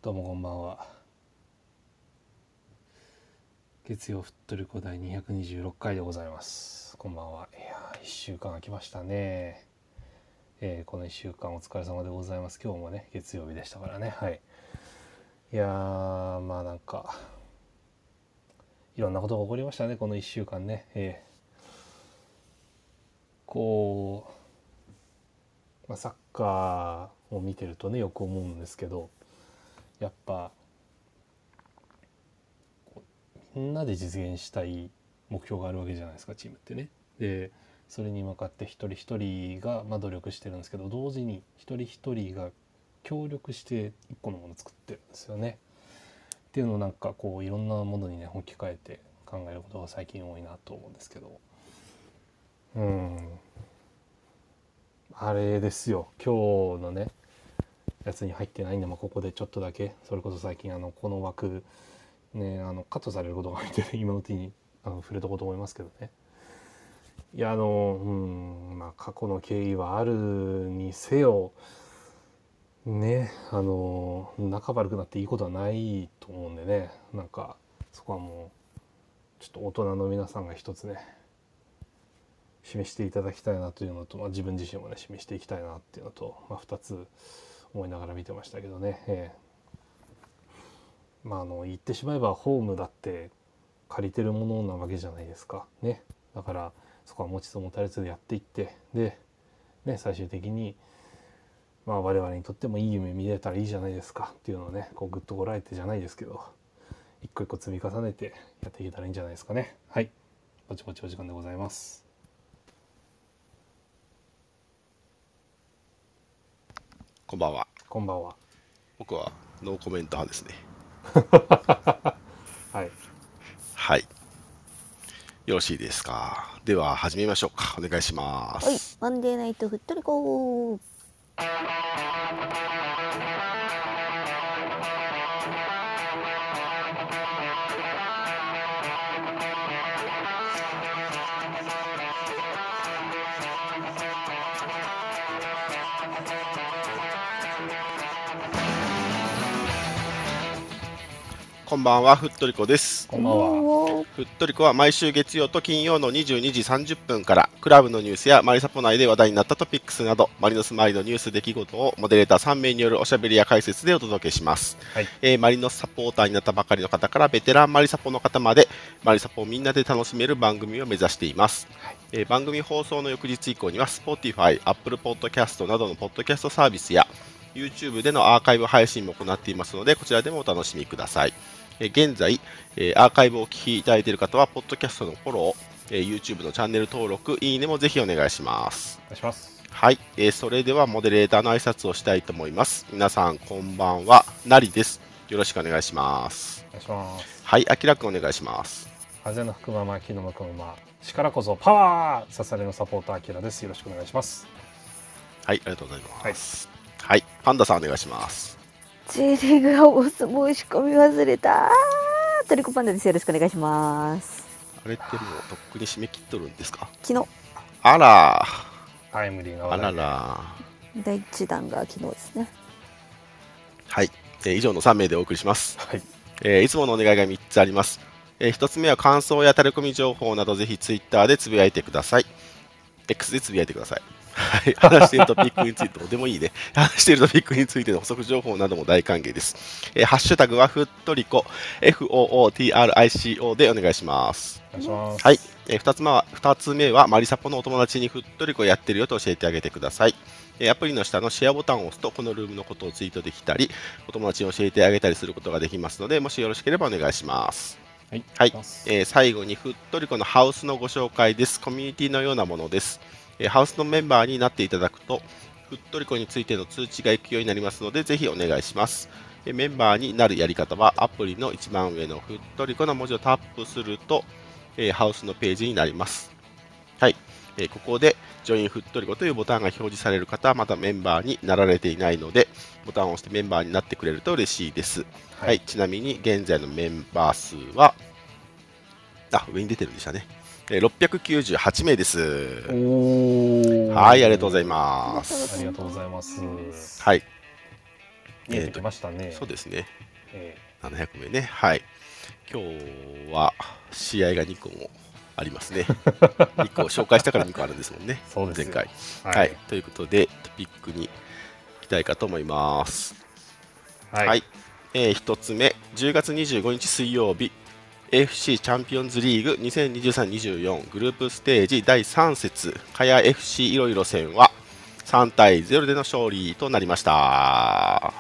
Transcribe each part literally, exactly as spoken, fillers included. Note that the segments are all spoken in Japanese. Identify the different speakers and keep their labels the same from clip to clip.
Speaker 1: どうもこんばんは。月曜ふっとりこ第にひゃくにじゅうろっかいでございます。こんばんは。いやーいっしゅうかん空きましたね、えー、このいっしゅうかんお疲れ様でございます。今日もね月曜日でしたからね。はい。いやーまあなんかいろんなことが起こりましたねこのいっしゅうかんね。えー、こう、まあ、サッカーを見てるとねよく思うんですけど、やっぱみんなで実現したい目標があるわけじゃないですか、チームってね。でそれに向かって一人一人がまあ努力してるんですけど、同時に一人一人が協力して一個のものを作ってるんですよね。っていうのをなんかこういろんなものにね置き換えて考えることが最近多いなと思うんですけど、うんあれですよ、今日のねやつに入ってないんで、まあ、ここでちょっとだけ、それこそ最近あのこの枠ねあのカットされることがあって今のうちにあの触れとこうと思いますけどね。いやあのうんまあ過去の経緯はあるにせよね、あの仲悪くなっていいことはないと思うんでね、なんかそこはもうちょっと大人の皆さんが一つね示していただきたいなというのと、まあ、自分自身もね示していきたいなっていうのと、まあ、ふたつ思いながら見てましたけどね。えー、まああの言ってしまえばホームだって借りてるものなわけじゃないですかね。だからそこは持ちつ持たれつでやっていって、で、ね、最終的にまあ我々にとってもいい夢見れたらいいじゃないですかっていうのをねこうグッとこらえてじゃないですけど、一個一個積み重ねてやっていけたらいいんじゃないですかね。はい、ぼちぼちお時間でございます。
Speaker 2: こんばんは。
Speaker 1: こんばんは。
Speaker 2: 僕はノーコメント派ですね。
Speaker 1: はい。
Speaker 2: はい。よろしいですか。では始めましょうか。お願いしま
Speaker 3: はい、
Speaker 2: す。
Speaker 3: マンデーナイトふっとりこー。
Speaker 2: こんばんは、ふっとりこです。
Speaker 1: こんばんは。
Speaker 2: ふっとりこは毎週月曜と金曜のにじゅうにじさんじゅっぷんからクラブのニュースやマリサポ内で話題になったトピックスなどマリノス周りのニュース出来事をモデレーターさんめいによるおしゃべりや解説でお届けします。
Speaker 1: はい。
Speaker 2: えーマリノスサポーターになったばかりの方からベテランマリサポの方までマリサポをみんなで楽しめる番組を目指しています。えー番組放送の翌日以降には Spotify、Apple Podcast などのポッドキャストサービスや YouTube でのアーカイブ配信も行っていますので、こちらでもお楽しみください。えー現在、えーアーカイブをお聞きいただいている方は、ポッドキャストのフォロー、えー YouTube のチャンネル登録、いいねもぜひお願いします。
Speaker 1: お願いします。
Speaker 2: はい、えーそれではモデレーターの挨拶をしたいと思います。皆さん、こんばんは。なりです。よろしくお願いします。
Speaker 1: お願いします。
Speaker 2: はい、あきらくんお願いします。
Speaker 1: 風の吹くまま木の向くまま力こそパワー、ササレのサポーターアキラです。よろしくお願いします。
Speaker 2: はい、ありがとうございます。はい、パンダさんお願いします。
Speaker 3: J リーグがお相撲仕込み忘れたー。トリコパンダです。よろしくお願いします。
Speaker 2: あれってもうとっくに締め切っとるんですか？
Speaker 3: 昨日
Speaker 2: あら
Speaker 1: タイムリーな
Speaker 2: あら
Speaker 1: 話題で。
Speaker 2: ら。
Speaker 3: 第一弾が昨日ですね。
Speaker 2: はい、えー以上のさんめいでお送りします。
Speaker 1: はい。
Speaker 2: えーいつものお願いがみっつあります。えーひとつめは感想やタレコミ情報などぜひツイッターでつぶやいてください。X でつぶやいてください。はい、話しているトピックについてどうでもいいね。話しているトピックについての補足情報なども大歓迎です。えーハッシュタグはふっとりこ エフオーオーティーアールアイシーオー でお願いします。
Speaker 1: お願いします。
Speaker 2: はい、えー、ふたつめはふたつめはマリサポのお友達にふっとりこやってるよと教えてあげてください。えーアプリの下のシェアボタンを押すとこのルームのことをツイートできたりお友達に教えてあげたりすることができますので、もしよろしければお願いします。
Speaker 1: はい。
Speaker 2: はい、
Speaker 1: お願いします。
Speaker 2: えー最後にふっとりこのハウスのご紹介です。コミュニティのようなものです。えーハウスのメンバーになっていただくとふっとりこについての通知が行くようになりますので、ぜひお願いします。えーメンバーになるやり方はアプリの一番上のふっとりこの文字をタップすると、えーハウスのページになります。はい、えーここでジョインふっとりこというボタンが表示される方はまだメンバーになられていないので、ボタンを押してメンバーになってくれると嬉しいです。
Speaker 1: はい。
Speaker 2: はい、ちなみに現在のメンバー数はあ、上に出てるんでしたね。えーろっぴゃくきゅうじゅうはちめいです。
Speaker 1: おー。
Speaker 2: はい、ありがとうございます。
Speaker 1: ありがとうございます。
Speaker 2: はい。
Speaker 1: 見えてきましたね。
Speaker 2: そうですね。
Speaker 1: え
Speaker 2: ななひゃくめね。はい。今日は試合がにこもありますね。にこ紹介したからにこあるんですもんね。
Speaker 1: そうですよ
Speaker 2: 前回。
Speaker 1: はい、
Speaker 2: はい。ということでトピックに行きたいかと思います。
Speaker 1: はい
Speaker 2: はい。えー、ひとつめ、じゅうがつにじゅうごにち水曜日、エーエフシー チャンピオンズリーグにせんにじゅうさん にじゅうよんグループステージだいさん節、かや エフシー いろいろ戦はさんたいゼロでの勝利となりました。
Speaker 3: わ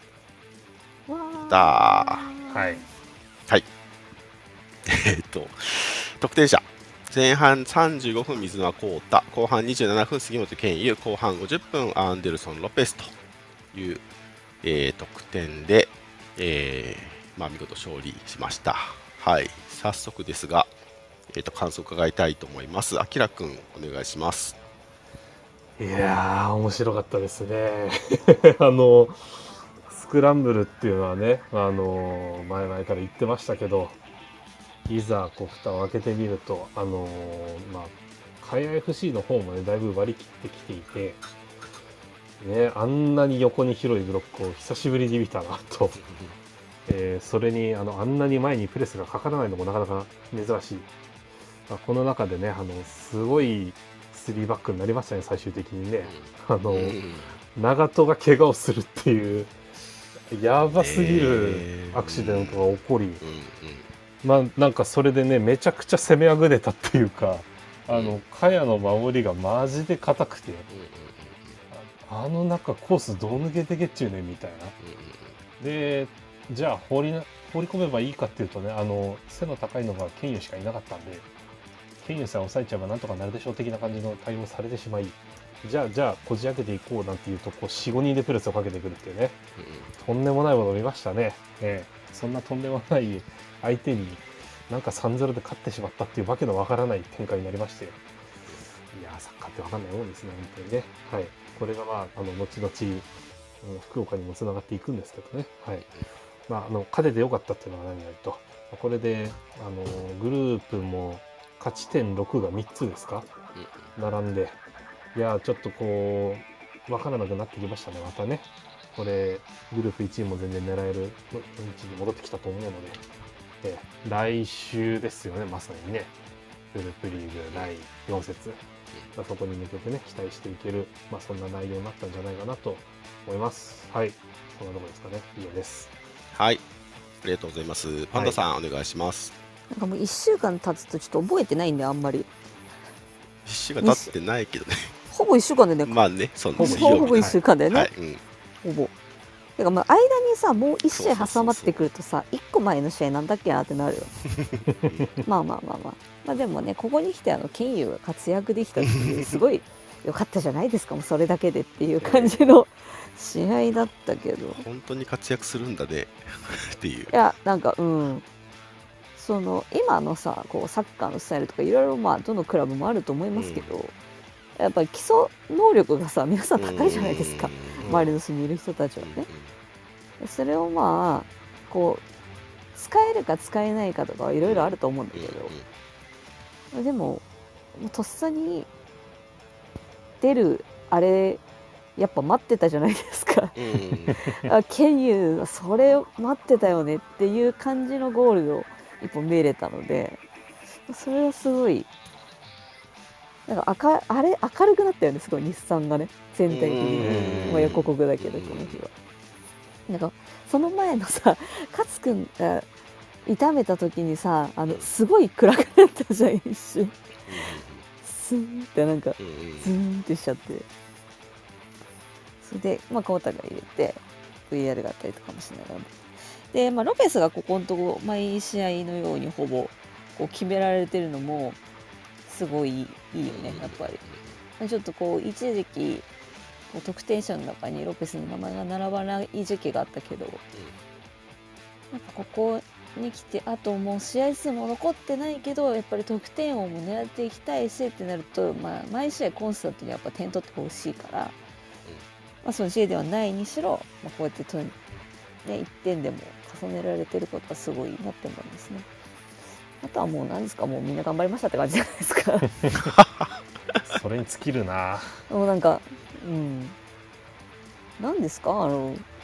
Speaker 2: だ
Speaker 3: ー
Speaker 1: はい
Speaker 2: はい。えーっと、得点者。前半さんじゅうごふん水沼宏太、後半にじゅうななふん杉本健佑、後半ごじゅっぷんアンデルソン・ロペスという、えー得点で、えーまあ、見事勝利しました。はい、早速ですが、えーと感想を伺いたいと思います。あきらくん、お願いします。
Speaker 1: いやー面白かったですねあのスクランブルっていうのはね、あの前々から言ってましたけど、いざこう蓋を開けてみると、あのまあかや エフシー の方もねだいぶ割り切ってきていて、ね、あんなに横に広いブロックを久しぶりに見たなと、えーそれにあのあんなに前にプレスがかからないのもなかなか珍しい。まあこの中でね、あのすごいスリーバックになりましたね、最終的にね。あの、
Speaker 2: うん
Speaker 1: 長戸が怪我をするっていうやばすぎる
Speaker 2: えー
Speaker 1: アクシデントが起こり、
Speaker 2: うん
Speaker 1: まあなんかそれでねめちゃくちゃ攻めあぐねたっていうか、あの
Speaker 2: うん
Speaker 1: 茅の守りがマジで硬くて、
Speaker 2: うん
Speaker 1: あの中コースどう抜けてけっちゅうねんみたいな。でじゃあ放りな放り込めばいいかっていうとね、あの背の高いのがケンユしかいなかったんで、ケンユさえ抑えちゃえばなんとかなるでしょう的な感じの対応されてしまい、じゃあじゃあこじ開けていこうなんていうと、こう よん、ごにんでプレスをかけてくるっていうね、とんでもないものを見ましたね。ええ、そんなとんでもない相手になんか さんたいゼロ で勝ってしまったっていうわけのわからない展開になりまして、いやーサッカーってわかんないもんですね本当にね。はい、これがまああの後々、うん、福岡にもつながっていくんですけどね。はい、まああの勝ててよかったっていうのは何よりと、これであのグループも勝ち点ろくがみっつですか並んで、いやーちょっとこう分からなくなってきましたね。またねこれグループいちいも全然狙える位置に戻ってきたと思うので、えー来週ですよね、まさにねグループリーグだいよん節、そこに向けてね期待していける、まあ、そんな内容になったんじゃないかなと思います。はい、そんなとこですかね。以上です。
Speaker 2: はい、ありがとうございます。パンダさん、お願いします。
Speaker 3: なんかもういっしゅうかん経つとちょっと覚えてないんで、あんまり
Speaker 2: 必死が経ってないけどね。
Speaker 3: ほぼいっしゅうかんでね、
Speaker 2: まあね、その
Speaker 1: ほぼ
Speaker 2: 水曜日
Speaker 3: ほぼいっしゅうかんだよね、
Speaker 2: はい、うん、
Speaker 3: ほぼ。てかまあ間にさもういち試合挟まってくるとさ、いっこまえの試合なんだっけなってなるよまあまあまあまあまあでもね、ここに来てあのケンユが活躍できたっていう、すごい良かったじゃないですか、もうそれだけでっていう感じの試合だったけど、
Speaker 2: 本当に活躍するんだねっていう。
Speaker 3: いやなんかうんその今のさこうサッカーのスタイルとかいろいろまあどのクラブもあると思いますけど、うんやっぱり基礎能力がさ皆さん高いじゃないですか、周りの住みいる人たちはね。それをまあこう使えるか使えないかとかはいろいろあると思うんだけど、でもとっさに出るあれやっぱ待ってたじゃないですかあケンユはそれを待ってたよねっていう感じのゴールを一本見れたので、それはすごいなんか明あれ明るくなったよね、すごい日産がね全体的に。まあ予告だけどこの日はなんかその前のさ勝くんが痛めた時にさあのすごい暗くなったじゃん一瞬スンってなんかズーンってしちゃって、それでまあコータが入れて ブイアール があったりとかもしながらで、まあ、ロペスがここのとこ毎試合のようにほぼこう決められてるのもすごいいいよねやっぱり。ちょっとこう一時期こう得点者の中にロペスの名前が並ばない時期があったけど、なんかここに来てあともう試合数も残ってないけどやっぱり得点王も狙っていきたいしってなると、まあ、毎試合コンスタントにやっぱ点取ってほしいから、まあ、その試合ではないにしろ、まあ、こうやってと、ね、いってんでも重ねられてることはすごいなって思いますね。あとはもう何ですか、もうみんな頑張りましたって感じじゃないですか
Speaker 1: それに尽きるな。
Speaker 3: もうなんかうん何ですかあの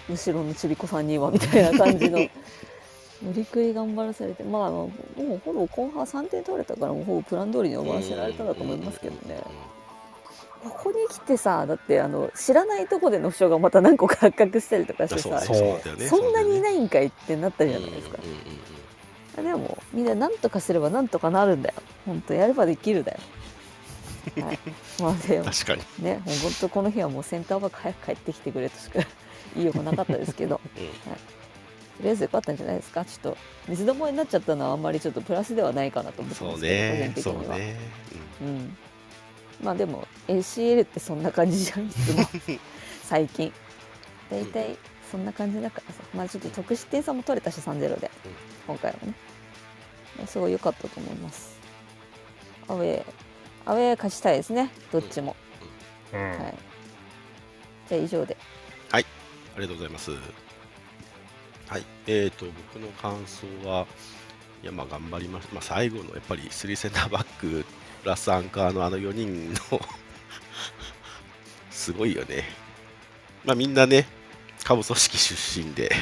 Speaker 3: 後ろのちびこさんにんはみたいな感じの無理くり頑張らされて、まあもうほぼ後半さんてん取れたからもうほぼプラン通りに終わらせられたんだと思いますけどね。ここに来てさ、だってあの知らないとこでの負傷がまた何個か発覚したりとかしてさ、
Speaker 2: そうそうだよね、
Speaker 3: そんなにいないんかいってなったじゃないですか。
Speaker 2: うんうんうん
Speaker 3: でもみんな何とかすれば何とかなるんだよ。本当やればできるだよ。はい。まあでも
Speaker 2: 確かに。
Speaker 3: ね、もう本当この日はもうセンターバック早く帰ってきてくれとしか言いようがなかったですけど、
Speaker 2: うん
Speaker 3: はい、とりあえず良かったんじゃないですか。ちょっと水どもりになっちゃったのはあんまりちょっとプラスではないかなと思って
Speaker 2: そう
Speaker 3: ますけど、個人
Speaker 2: ね、そう
Speaker 3: 的には。
Speaker 2: ね。
Speaker 3: うん。まあでも エーシーエル ってそんな感じじゃんいつも最近。だいたいそんな感じだからさ、まあちょっと得失点差も取れたしさんゼロで、
Speaker 2: うん
Speaker 3: 今回はね。すごい良かったと思います。アウェー、アウェー勝ちたいですね、どっちも。
Speaker 1: うん
Speaker 3: はい。じゃあ以上で。
Speaker 2: ありがとうございます。はい、えーと、僕の感想は、いや、まあ頑張りました。まあ、最後のやっぱりスリーセンターバックプラスアンカーのあのよにんのすごいよね。まあみんなね、下部組織出身で、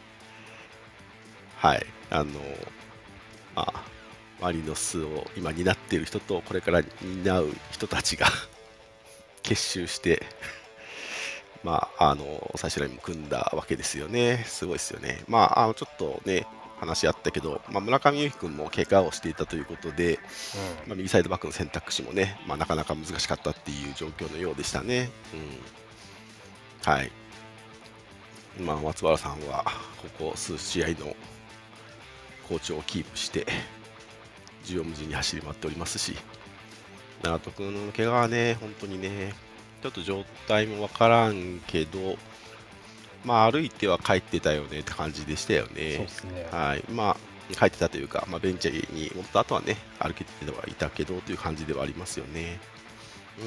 Speaker 2: はい、あの、まあ、マリノスを今担っている人と、これから担う人たちが結集して、まあ、あの最終ラインも組んだわけですよね。すごいですよね。まあ、あのちょっとね、話あったけど、まあ、村上由紀君も怪我をしていたということで、まあ、右サイドバックの選択肢もね、まあ、なかなか難しかったっていう状況のようでしたね。うん、はい。まあ、松原さんは、ここ数試合の好調をキープして、縦横無尽に走り回っておりますし、長門君の怪我はね、本当にね、ちょっと状態もわからんけど、まあ、歩いては帰ってたよねって感じでしたよね。
Speaker 1: そうですね。
Speaker 2: はい、まあ、帰ってたというか、まあ、ベンチに戻った後はね、歩けてはいたけどという感じではありますよね。うん、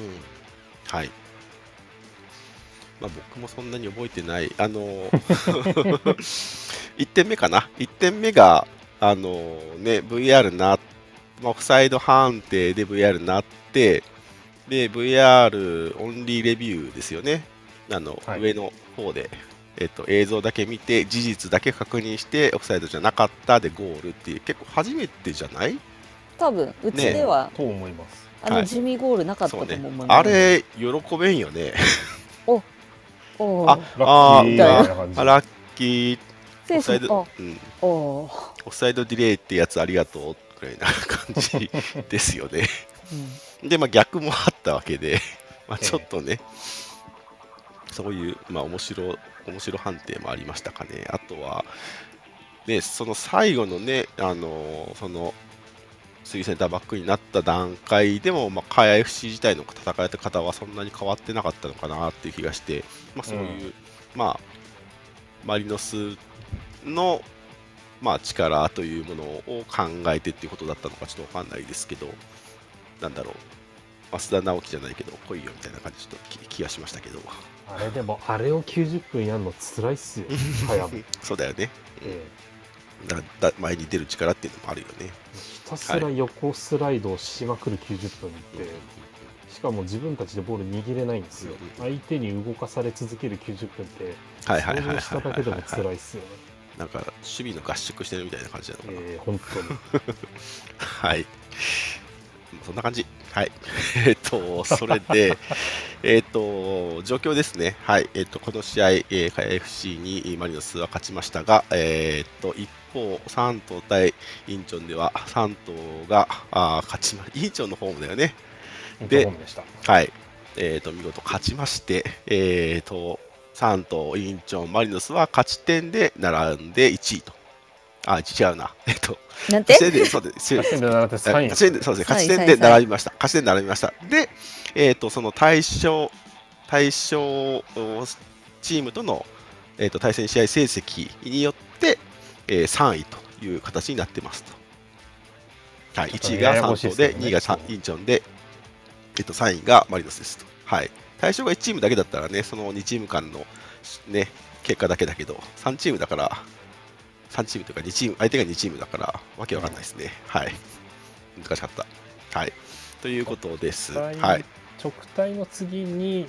Speaker 2: はい。まあ、僕もそんなに覚えてない、あのいってんめかな、いってんめが、あのね、ブイアール な、まあ、オフサイド判定で ブイアール になって、で ブイアール オンリーレビューですよね、あの、
Speaker 1: はい、
Speaker 2: 上の方で、えっと、映像だけ見て、事実だけ確認して、オフサイドじゃなかったでゴールっていう、結構初めてじゃない？
Speaker 3: 多分うちでは、
Speaker 1: ね、と思います。
Speaker 3: あの地味ゴールなかったと思う、
Speaker 2: ね、あれ、喜べんよね。
Speaker 3: おお
Speaker 2: あ
Speaker 1: ラッキーみたいな感じ。
Speaker 2: あラッキー。
Speaker 3: オ
Speaker 2: フサイド、うん、オフサイドディレイってやつありがとうくらいな感じですよね。うん、で、まあ、逆もあったわけで、まあ、ちょっとね、えー、そういう、まあ、面白面白判定もありましたかね。あとは、ね、その最後のね、あのそのスリーセンターバックになった段階でも、まあ、カヤ エフシー 自体の戦い方はそんなに変わってなかったのかなっていう気がして、まあ、そういう、うん、まあ、マリノスの、まあ、力というものを考えてっていうことだったのかちょっと分かんないですけど、なんだろう、増田直樹じゃないけど来いよみたいな感じちょっと気がしましたけど、
Speaker 1: あれでもあれをきゅうじゅっぷんやるのつらいっすよ
Speaker 2: そうだよね、
Speaker 1: え
Speaker 2: え、だだ前に出る力っていうのもあるよね。
Speaker 1: ひたすら横スライドをしまくるきゅうじゅっぷんって、はい、しかも自分たちでボール握れないんですよ、うんうん、相手に動かされ続けるきゅうじゅっぷんって想像しただけでもつらいっすよね。
Speaker 2: なんか守備の合宿してるみたいな感じなのかな。
Speaker 1: えー、本当に
Speaker 2: はい、そんな感じ。はい。えっと、それで、えっと、状況ですね。はい。えっと、この試合、えー、カヤ エフシー にマリノスは勝ちましたが、えっと、一方、サント対インチョンでは、サントがあ勝ちま、インチョンのホームだよね。
Speaker 1: で、
Speaker 2: はい。えっと、見事勝ちまして、えっと、サント、インチョン、マリノスは勝ち点で並んでいちいと。あ、違うな。えっと、
Speaker 3: なんて
Speaker 2: 勝ち点で、そうです。
Speaker 1: 勝ち点で並んでさんい。
Speaker 2: そうですね。勝ち点で並びました。勝ち点で並びました。で、えっと、その対象、対象チームとの、えっと、対戦試合成績によって、えー、さんいという形になってますと。はい、いちいがサントで、にいがインチョンで、えっと、さんいがマリノスですと。はい。対象がいちチームだけだったらね、そのにチーム間の、ね、結果だけだけど、さんチームだから、さんチームというかにチーム、相手がにチームだから、わけわかんないですね。はい。難しかった。はい。ということです。はい。
Speaker 1: 直対の次に、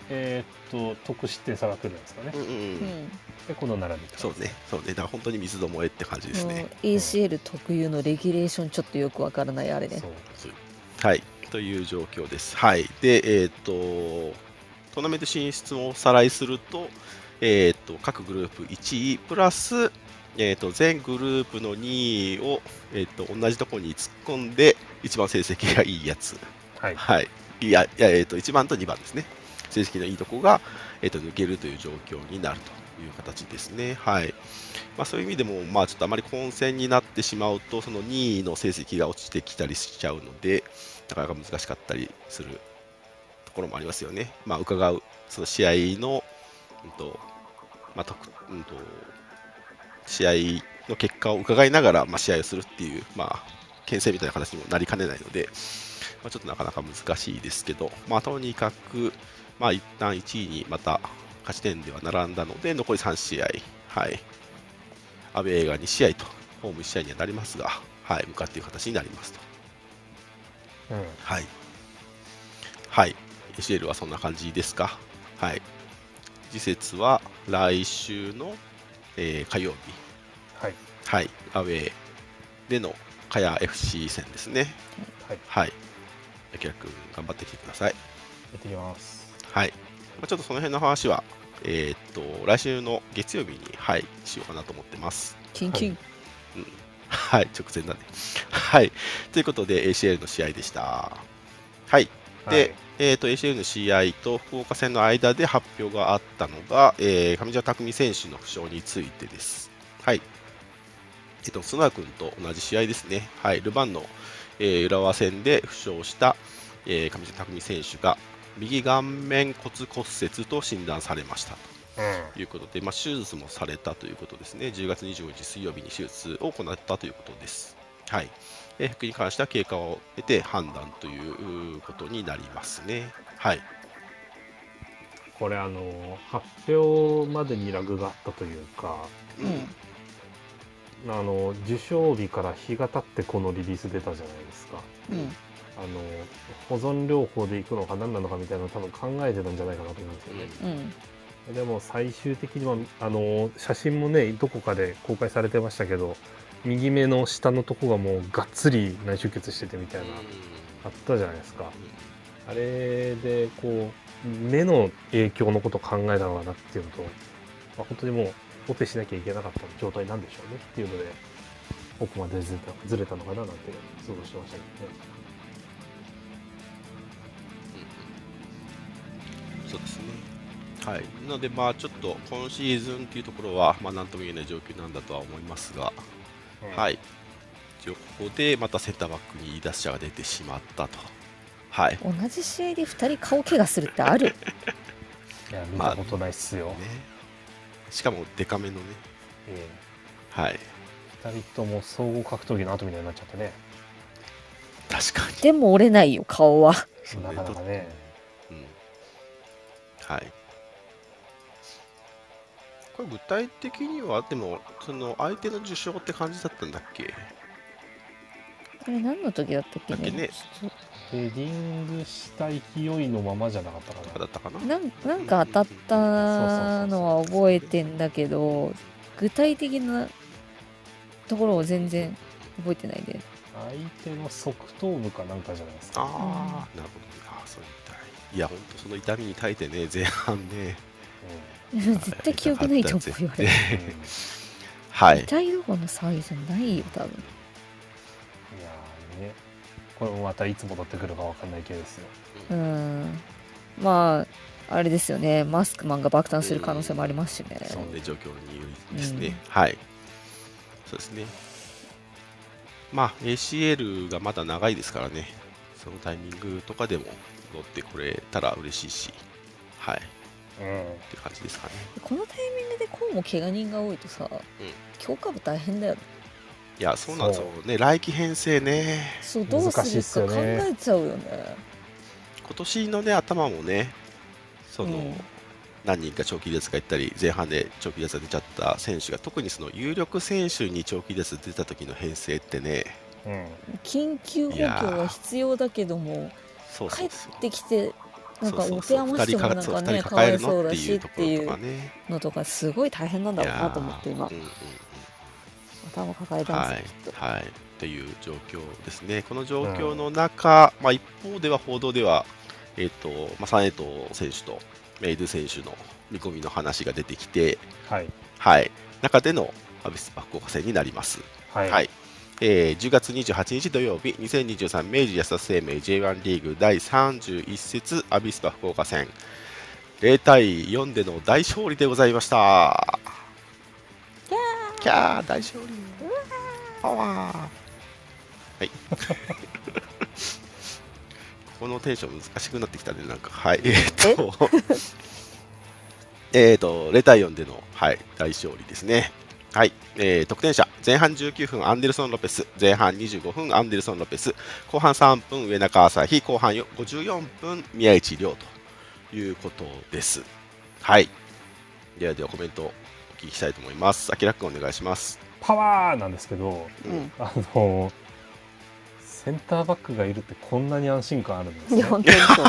Speaker 1: えーっと得失点差が来るんですかね。
Speaker 2: うんうんうん
Speaker 3: うん
Speaker 1: でこの並びって
Speaker 2: そうね、そうね、だから本当に三つどもえって感じですね。
Speaker 3: うん、エーシーエル 特有のレギュレーションちょっとよくわからないあれね。
Speaker 1: そう
Speaker 2: そうはいという状況です。はいで、えっ、とトーナメント進出をおさらいすると、えっ、と各グループいちいプラス、えっ、と全グループのにいを、えっと同じところに突っ込んで一番成績がいいやつ。
Speaker 1: はい
Speaker 2: はい、いや、いやえっ、といちばんとにばんですね。成績のいいところが、えー、と抜けるという状況になるという形ですね。はいまあ、そういう意味でも、まあ、ちょっとあまり混戦になってしまうと、そのにいの成績が落ちてきたりしちゃうので、なかなか難しかったりするところもありますよね。まあ、伺うその試合の、うんとまあとうん、と試合の結果を伺いながら、まあ、試合をするっていう、まあ、牽制みたいな形にもなりかねないので、まあ、ちょっとなかなか難しいですけど、まあ、とにかく、まあ、一旦いちいにまた勝ち点では並んだので、残りさん試合、はい、アウェーがに試合と、ホームいち試合にはなりますが、はい、向かっていく形になりますと。
Speaker 1: うん
Speaker 2: はい。はい。エーシーエル はそんな感じですか。はい。次節は来週の、えー火曜日、
Speaker 1: はい
Speaker 2: はい、アウェーでのかや エフシー 戦ですね。
Speaker 1: はい
Speaker 2: はい。あきらくん、頑張ってきてください。
Speaker 1: やってきます。
Speaker 2: はい。まあ、ちょっとその辺の話は、えーっと、来週の月曜日に、はい、しようかなと思ってます。
Speaker 3: キンキン、
Speaker 2: はい、直前だね。はい。ということで、エーシーエル の試合でした。はい。で、
Speaker 1: はい
Speaker 2: えー、と エーシーエル の試合と福岡戦の間で発表があったのが、えー上地拓実選手の負傷についてです。はい。えっと、須田君と同じ試合ですね。はい。ルヴァンの、えー浦和戦で負傷した、えー上地拓実選手が右顔面骨骨折と診断されました
Speaker 1: うん
Speaker 2: ということで、まあ、手術もされたということですね。じゅうがつにじゅうごにち水曜日に手術を行ったということです。はい。えー復帰に関しては経過を得て判断ということになりますね。はい。
Speaker 1: これあの発表までにラグがあったというか、
Speaker 3: うん
Speaker 1: あの受賞日から日が経ってこのリリース出たじゃないですか。
Speaker 3: うん
Speaker 1: あの保存療法でいくのか何なのかみたいなのを多分考えてたんじゃないかなと思うんですよね。
Speaker 3: うん
Speaker 1: でも最終的にはあの写真もねどこかで公開されてましたけど、右目の下のとこがもうがっつり内出血しててみたいなあったじゃないですか。あれでこう目の影響のことを考えたのかなっていうのと、まあ、本当にもうオペしなきゃいけなかった状態なんでしょうねっていうので奥までずれたずれたのかななんて想像してましたけどね。
Speaker 2: そうですね。はい。なので、まあ、ちょっと今シーズンというところは、まあ、なんとも言えない状況なんだとは思いますが、
Speaker 1: うん
Speaker 2: はい。一応、ここでまたセンターバックに打者が出てしまったと。はい。ね。
Speaker 3: 同じ試合でふたり顔怪我するってある？
Speaker 1: いや見たことないっすよ。
Speaker 2: しかも、デカめのね。
Speaker 1: え
Speaker 2: はい。
Speaker 1: えふたりとも総合格闘技の後みたいになっちゃってね。
Speaker 2: 確かに。
Speaker 3: でも折れないよ顔は。
Speaker 2: そう
Speaker 1: なかなかね。
Speaker 2: うん。はい。これ具体的には、でも、その相手の受賞って感じだったんだっけ？
Speaker 3: これ何の時だったっけね
Speaker 2: だっけね。
Speaker 3: ちょっ
Speaker 1: ヘディングした勢いのままじゃなかったかな。
Speaker 2: とかだったかな？
Speaker 3: となんなんか当たったのは覚えてんだけど、具体的なところを全然覚えてないで。
Speaker 1: 相手の側頭部かなんかじゃないですか。
Speaker 2: ああ、なるほどね。ああ、そういう痛い。いや、本当その痛みに耐えてね、前半ね。
Speaker 3: 絶対記憶ないと思うよあれ。
Speaker 1: うん
Speaker 2: はい。
Speaker 3: 痛いどころの騒ぎじゃないよ多分。
Speaker 1: いやーね、これもまたいつ戻ってくるかわかんない系ですよ。
Speaker 3: うん。まああれですよね。マスクマンが爆誕する可能性もありますしね。
Speaker 2: そんな状況によりですね。
Speaker 3: うん
Speaker 2: はい。そうですね。まあ、エーシーエル がまだ長いですからね。そのタイミングとかでも乗ってこれたら嬉しいし、はい。っ
Speaker 1: うん。
Speaker 2: ていう感じですかね。
Speaker 3: このタイミングでこうも怪我人が多いとさ、強化部大変だよね。
Speaker 2: いや、そうなんですよ
Speaker 1: そ
Speaker 2: ね。来季編成ね。
Speaker 3: そうどう
Speaker 1: 難しいっ
Speaker 3: するか考
Speaker 1: すよね
Speaker 3: えちゃうよね。
Speaker 2: 今年のね、頭もね、その、
Speaker 3: うん
Speaker 2: 何人か長期列がいったり、前半で長期列が出ちゃった選手が、特にその有力選手に長期列出た時の編成ってね、
Speaker 1: うん。
Speaker 3: 緊急補強は必要だけども、
Speaker 2: そう
Speaker 3: 帰っ
Speaker 2: そうそう。
Speaker 3: てきてなんか
Speaker 2: そうそう
Speaker 3: 桶山市もなんかねかわいそうだしっていうのとかすごい大変なんだろうなと思って今、
Speaker 2: うんうんうん、
Speaker 3: 頭抱えてます
Speaker 2: はい
Speaker 3: ね、きっと。
Speaker 2: はいっていう状況ですね。この状況の中、うん、まあ、一方では報道では、えーとまあ、サンエイト選手とメイドゥ選手の見込みの話が出てきて、
Speaker 1: はい
Speaker 2: はい、中でのアビスパ福岡戦になります。
Speaker 1: はい、
Speaker 2: はい、えー、じゅうがつにじゅうはちにち土曜日、にせんにじゅうさん明治安田生命 ジェイワン リーグだいさんじゅういっ節アビスパ福岡戦ゼロたいよんでの大勝利でございました。
Speaker 3: キャー
Speaker 2: キャー大勝利パワーはいこのテンション難しくなってきたね、なんか。はい、えー、っと、えっと、ゼロたいよんでの、はい、大勝利ですね。はい、えー、得点者、前半じゅうきゅうふん、アンデルソン・ロペス、前半にじゅうごふん、アンデルソン・ロペス、後半さんぷん、上中朝日、後半ごじゅうよんぷん、宮市亮ということです。はい、ではではコメントお聞きしたいと思います。あきらくん、お願いします。
Speaker 1: パワーなんですけど、
Speaker 3: うん、
Speaker 1: あのセンターバックがいるってこんなに安心感あるんですね。
Speaker 3: いや本当にそう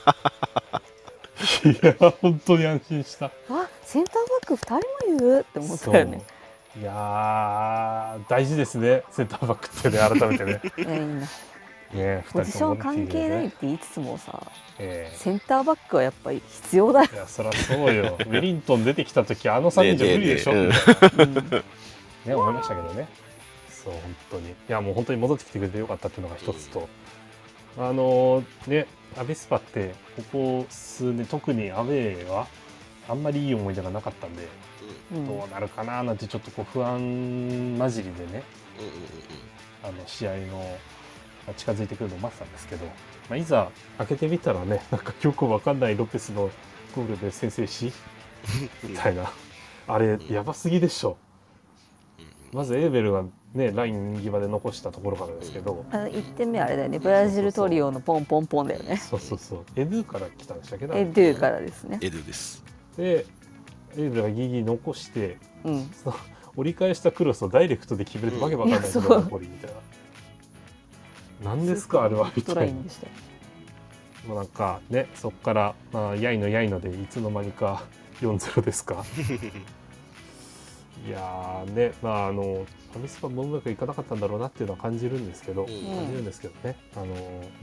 Speaker 1: いや本当に安心した。
Speaker 3: あセンターバックふたりもいるって思ったよね。
Speaker 1: いや大事ですね、センターバックってね、改めてね。
Speaker 3: いやいいな
Speaker 1: ね、
Speaker 3: ポジション関係ないって言いつつもさ、
Speaker 1: えー、
Speaker 3: センターバックはやっぱり必要だよ。
Speaker 1: いやそりゃそうよ。ウェリントン出てきた時あのさんにんじゃ無理でしょ
Speaker 2: ねえね
Speaker 1: みたいな、うんね、思いましたけどね。そう本当にいやもう本当に戻ってきてくれてよかったっていうのが一つと、うん、あのねアビスパってここ数年特にアウェーはあんまりいい思い出がなかったんで、うん、どうなるかななんてちょっとこう不安混じりでね、うん、あの試合の近づいてくるのを待ってたんですけど、まあ、いざ開けてみたらね、なんかよくわかんないロペスのゴールで先制しみたいなあれやばすぎでしょ。まずエーベルがねライン際で残したところからですけど、
Speaker 3: あのいってんめあれだよね、ブラジルトリオのポンポンポンだよね。
Speaker 1: そうそうそう、エドゥから来たんでしたっけど、
Speaker 3: エドゥからですね。
Speaker 2: エドゥです。
Speaker 1: でエーベルがギリギリ残して、
Speaker 3: うん、
Speaker 1: その折り返したクロスをダイレクトで決めるってわけわかんないけど、残りみたいな、なんですかあれはみたいな。もうなんかね、そこからまあやいのやいのでいつの間にか よんたいゼロ ですか。いやーね、まああのアビスパもうまくいかなかったんだろうなっていうのは感じるんですけど、うん、感じるんですけどね。あの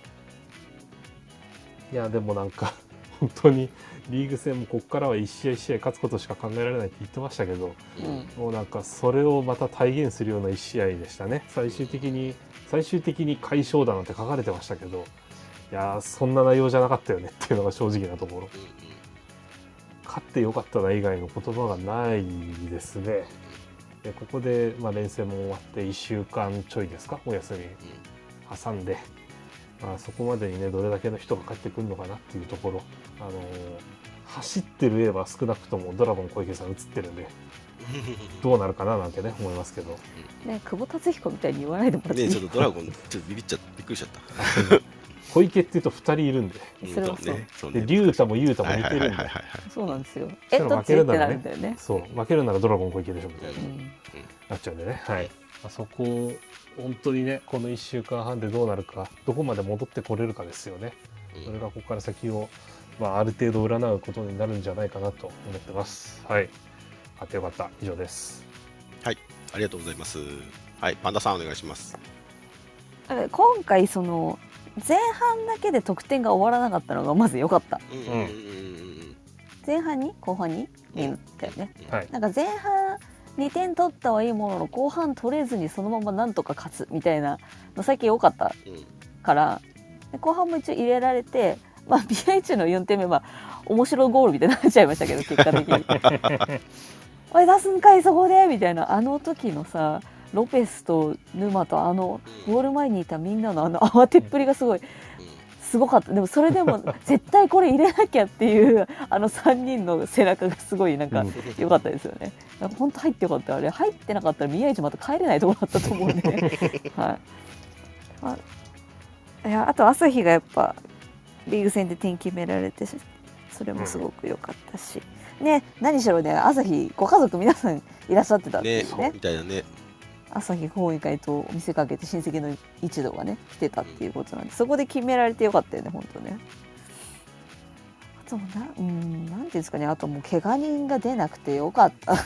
Speaker 1: いやでもなんか本当にリーグ戦もここからはいち試合いち試合勝つことしか考えられないって言ってましたけど、うん、もうなんかそれをまた体現するようないち試合でしたね。最終的に最終的に快勝だなんて書かれてましたけど、いやーそんな内容じゃなかったよねっていうのが正直なところ。勝ってよかったな以外の言葉がないですね。でここで、まあ、連戦も終わっていっしゅうかんちょいですか、お休み挟んで、まあ、そこまでにねどれだけの人が帰ってくるのかなっていうところ、あのー、走ってる絵は少なくともドラゴン小池さん映ってるんでどうなるかななんてね思いますけど
Speaker 3: ね、久保達彦みたいに言わないでもらっていい？
Speaker 2: ね、ちょっとドラゴンちょっとビビっちゃったびっくりしちゃった
Speaker 1: 小池っていうとふたりいるんで、
Speaker 3: それはそうで
Speaker 1: 龍太も雄太も似てるんで、
Speaker 3: そうなんですよ。えどっちってなるんだよね。
Speaker 1: そう負けるならドラゴン小池でしょみたいな、うん、なっちゃうんでね、はい、あそこ本当にねこのいっしゅうかんはんでどうなるか、どこまで戻ってこれるかですよね。それがここから先を、まあ、ある程度占うことになるんじゃないかなと思ってます。はい、あってよかった。以上です。
Speaker 2: はい、ありがとうございます。はい、パンダさんお願いします。
Speaker 3: 今回その前半だけで得点が終わらなかったのがまず良かった。うん、前半に後半に見るだよね、うんはい、なんか前半にてん取ったはいいものの後半取れずにそのままなんとか勝つみたいなの最近良かったから、うん、後半も一応入れられて、まあ、ビーアイチ のよんてんめは面白ゴールみたいになっちゃいましたけど結果的におい出すんかいそこでみたいな、あの時のさロペスと沼とあのゴール前にいたみんなのあの慌てっぷりがすごいすごかった。でもそれでも絶対これ入れなきゃっていうあのさんにんの背中がすごいなんか良かったですよね。本当入ってよかった。あれ入ってなかったら宮市また帰れないところだったと思うんで、はい、まあ、いやあと朝日がやっぱリーグ戦で点決められてそれもすごく良かったし、ね、何しろね朝日ご家族皆さんいらっしゃってたっていうね。
Speaker 2: ねみたいなね。
Speaker 3: 朝日講演会と見せかけて親戚の一同がね来てたっていうことなんで、そこで決められてよかったよね本当ね。 あともな、うん、なんていうんですかね、あともう怪我人が出なくてよかった。
Speaker 1: うん、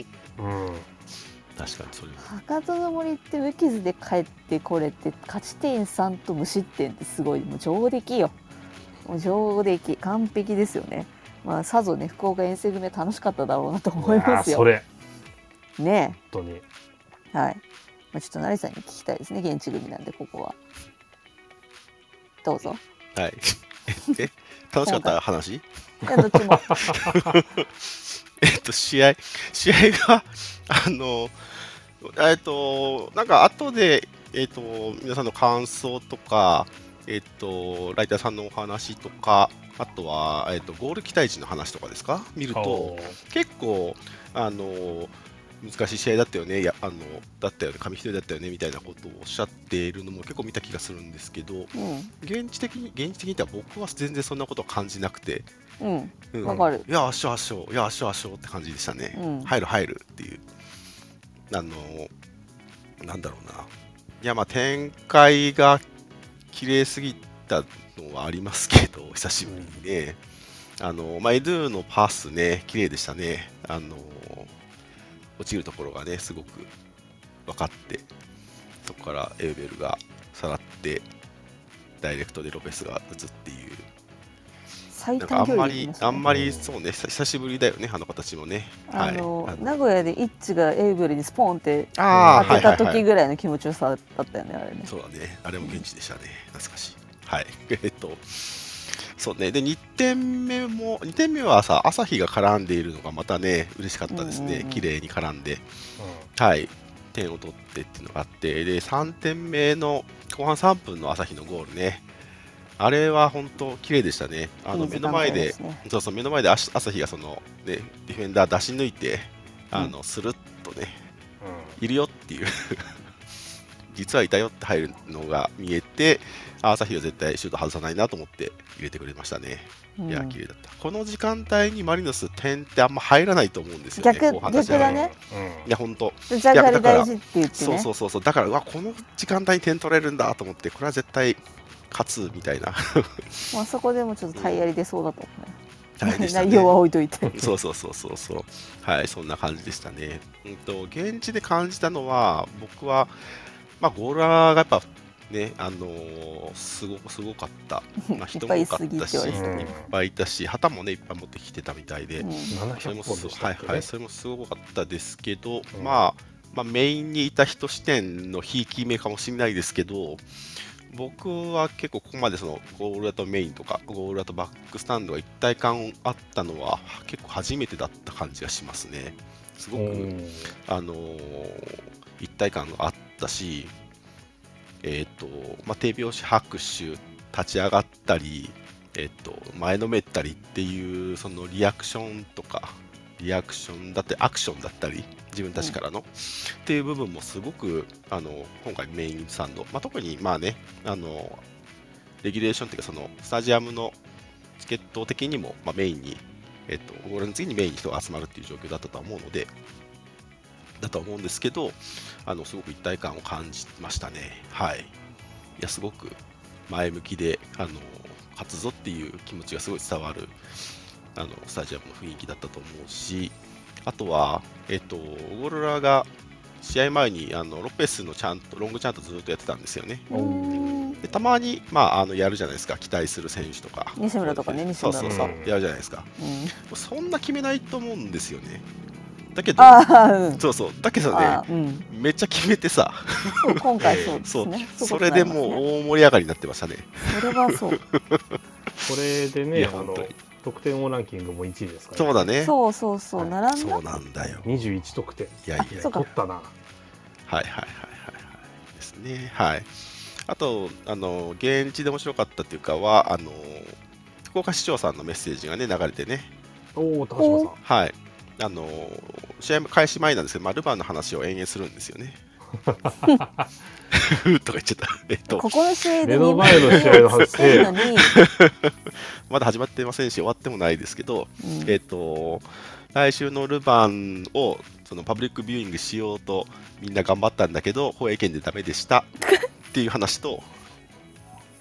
Speaker 2: 確かにそれも
Speaker 3: 博多の森って無傷で帰ってこれて勝ち点さんと無失点ってすごい、もう上出来よ。もう上出来完璧ですよね。まあさぞね福岡遠征組は楽しかっただろうなと思いますよ。
Speaker 1: それ
Speaker 3: ね
Speaker 1: 本当に
Speaker 3: え、はい。まあ、ちょっと成さんに聞きたいですね、現地組なんでここは。どうぞ。
Speaker 2: はいえ楽しかった話
Speaker 3: いやどっちも。
Speaker 2: えっと試合試合があのえっとなんか後でえっと皆さんの感想とかえっとライターさんのお話とかあとはえっとゴール期待値の話とかですか見ると
Speaker 1: お
Speaker 2: 結構あの難しい試合だったよね、いやあのだったよね、紙一重だったよねみたいなことをおっしゃっているのも結構見た気がするんですけど、
Speaker 3: うん
Speaker 2: 現地的に現地的に言ったら僕は全然そんなことを感じなくて、
Speaker 3: うん
Speaker 2: うん
Speaker 3: わかる。
Speaker 2: いや、圧勝、圧勝、いや、圧勝、圧勝って感じでしたね。
Speaker 3: うん
Speaker 2: 入る、入るっていう、あのなんだろうな、いや、まあ、展開が綺麗すぎたのはありますけど、久しぶりにね、あのまあ、エドゥのパスね、綺麗でしたね。あの落ちるところがね、すごく分かって、そこからエウベルがさらって、ダイレクトでロペスが打つっていう、なんか
Speaker 3: 最短距
Speaker 2: あんまり、
Speaker 3: 離で行きましたね。
Speaker 2: あんまりそうね、久しぶりだよね、あの形もね。
Speaker 3: あの、
Speaker 2: はい、
Speaker 3: 名古屋でイッチがエイブルにスポーンって
Speaker 2: あ
Speaker 3: 当てた
Speaker 2: はいはいはい
Speaker 3: 時ぐらいの気持ちよさだったよね、あれね。
Speaker 2: そうだね、あれも現地でしたね、懐かしい。はい、えっと、そうね、で、にてんめも、にてんめはさ、朝日が絡んでいるのがまたね、嬉しかったですね、
Speaker 3: うんうんうん
Speaker 2: 綺麗に絡んで、はい、点を取ってっていうのがあって、で、さんてんめの後半さんぷんの朝日のゴールね、あれは本当綺麗でしたね。あの目の前で、
Speaker 3: ね、
Speaker 2: そうそう目の前で朝日がその、ね、ディフェンダー出し抜いて、あの、うん、スルッとね、うん、いるよっていう実はいたよって入るのが見えて、朝日は絶対シュート外さないなと思って入れてくれましたね。うん、いや綺麗だった。この時間帯にマリノス点ってあんま入らないと思うんですよね。
Speaker 3: 逆逆だね。
Speaker 2: いや本当。
Speaker 3: ジャガル大事って言ってね。
Speaker 2: そうそうそうそう。だからうわこの時間帯に点取れるんだと思って、これは絶対勝つみたいな
Speaker 3: まあそこでもちょっと体やり出そうだと思うね。
Speaker 2: ね、
Speaker 3: 内容は置いといて
Speaker 2: そうそうそうそうそうはいそんな感じでしたね。うんと現地で感じたのは僕はまあゴーラーがやっぱねあのー、すごすごかった。まあ人も多かったしいっぱいいたし旗もねいっぱい持ってきてたみたいで、うん、それもはいはいそれもすごかったですけど、うん、まあまあメインにいた人視点のひいき目かもしれないですけど。僕は結構ここまでそのゴール裏とメインとかゴール裏とバックスタンドが一体感あったのは結構初めてだった感じがしますね。すごく、あのー、一体感があったし、えーとまあ、手拍子拍手立ち上がったり、えーと前のめったりっていうそのリアクションとかリアクションだってアクションだったり自分たちからの、うん、っていう部分もすごくあの今回メインサンド、まあ、特にまあねあのレギュレーションっていうかそのスタジアムのチケット的にも、まあ、メインに、えっと、ゴールの次にメインに人が集まるっていう状況だったと思うのでだと思うんですけどあのすごく一体感を感じましたね。はい、いやすごく前向きであの勝つぞっていう気持ちがすごい伝わるあのスタジアムの雰囲気だったと思うし、あとは、えっと、ゴールラが試合前にあのロペスのちゃんとロングチャントずっとやってたんですよね。でたまに、まあ、あのやるじゃないですか、期待する選手とか、
Speaker 3: 西村とかね、西村とか、
Speaker 2: そうそうそう、やるじゃないですか、うん、そんな決めないと思うんですよね。だけど、うん、そうそう、だけどね、うん、めっちゃ決めてさ、
Speaker 3: そう今回そうですね、
Speaker 2: そうそれでもう大盛り上がりになってましたね。
Speaker 3: それはそう。
Speaker 1: これでね、あの得点王ランキングもいちいですから、
Speaker 2: ね、そうだね。
Speaker 3: そうそうそう、並んだ。
Speaker 2: そうなんだよ。
Speaker 1: にじゅういち得点。
Speaker 2: いやいや、
Speaker 1: 取ったな。はい
Speaker 2: はいはいはいはいですね。はい。あとあの現地で面白かったっていうかはあの福岡市長さんのメッセージがね流れてね。
Speaker 1: おお、高島
Speaker 2: さん。はい。あの試合開始前なんですけど、まあ、ルヴァンの話を延々するんですよね。とか言っちゃった。えっと、
Speaker 3: ここの試合で
Speaker 1: 目の前の試合の話で
Speaker 2: まだ始まってませんし終わってもないですけど、うん、えっと来週のルヴァンをそのパブリックビューイングしようとみんな頑張ったんだけど放映権でダメでしたっていう話と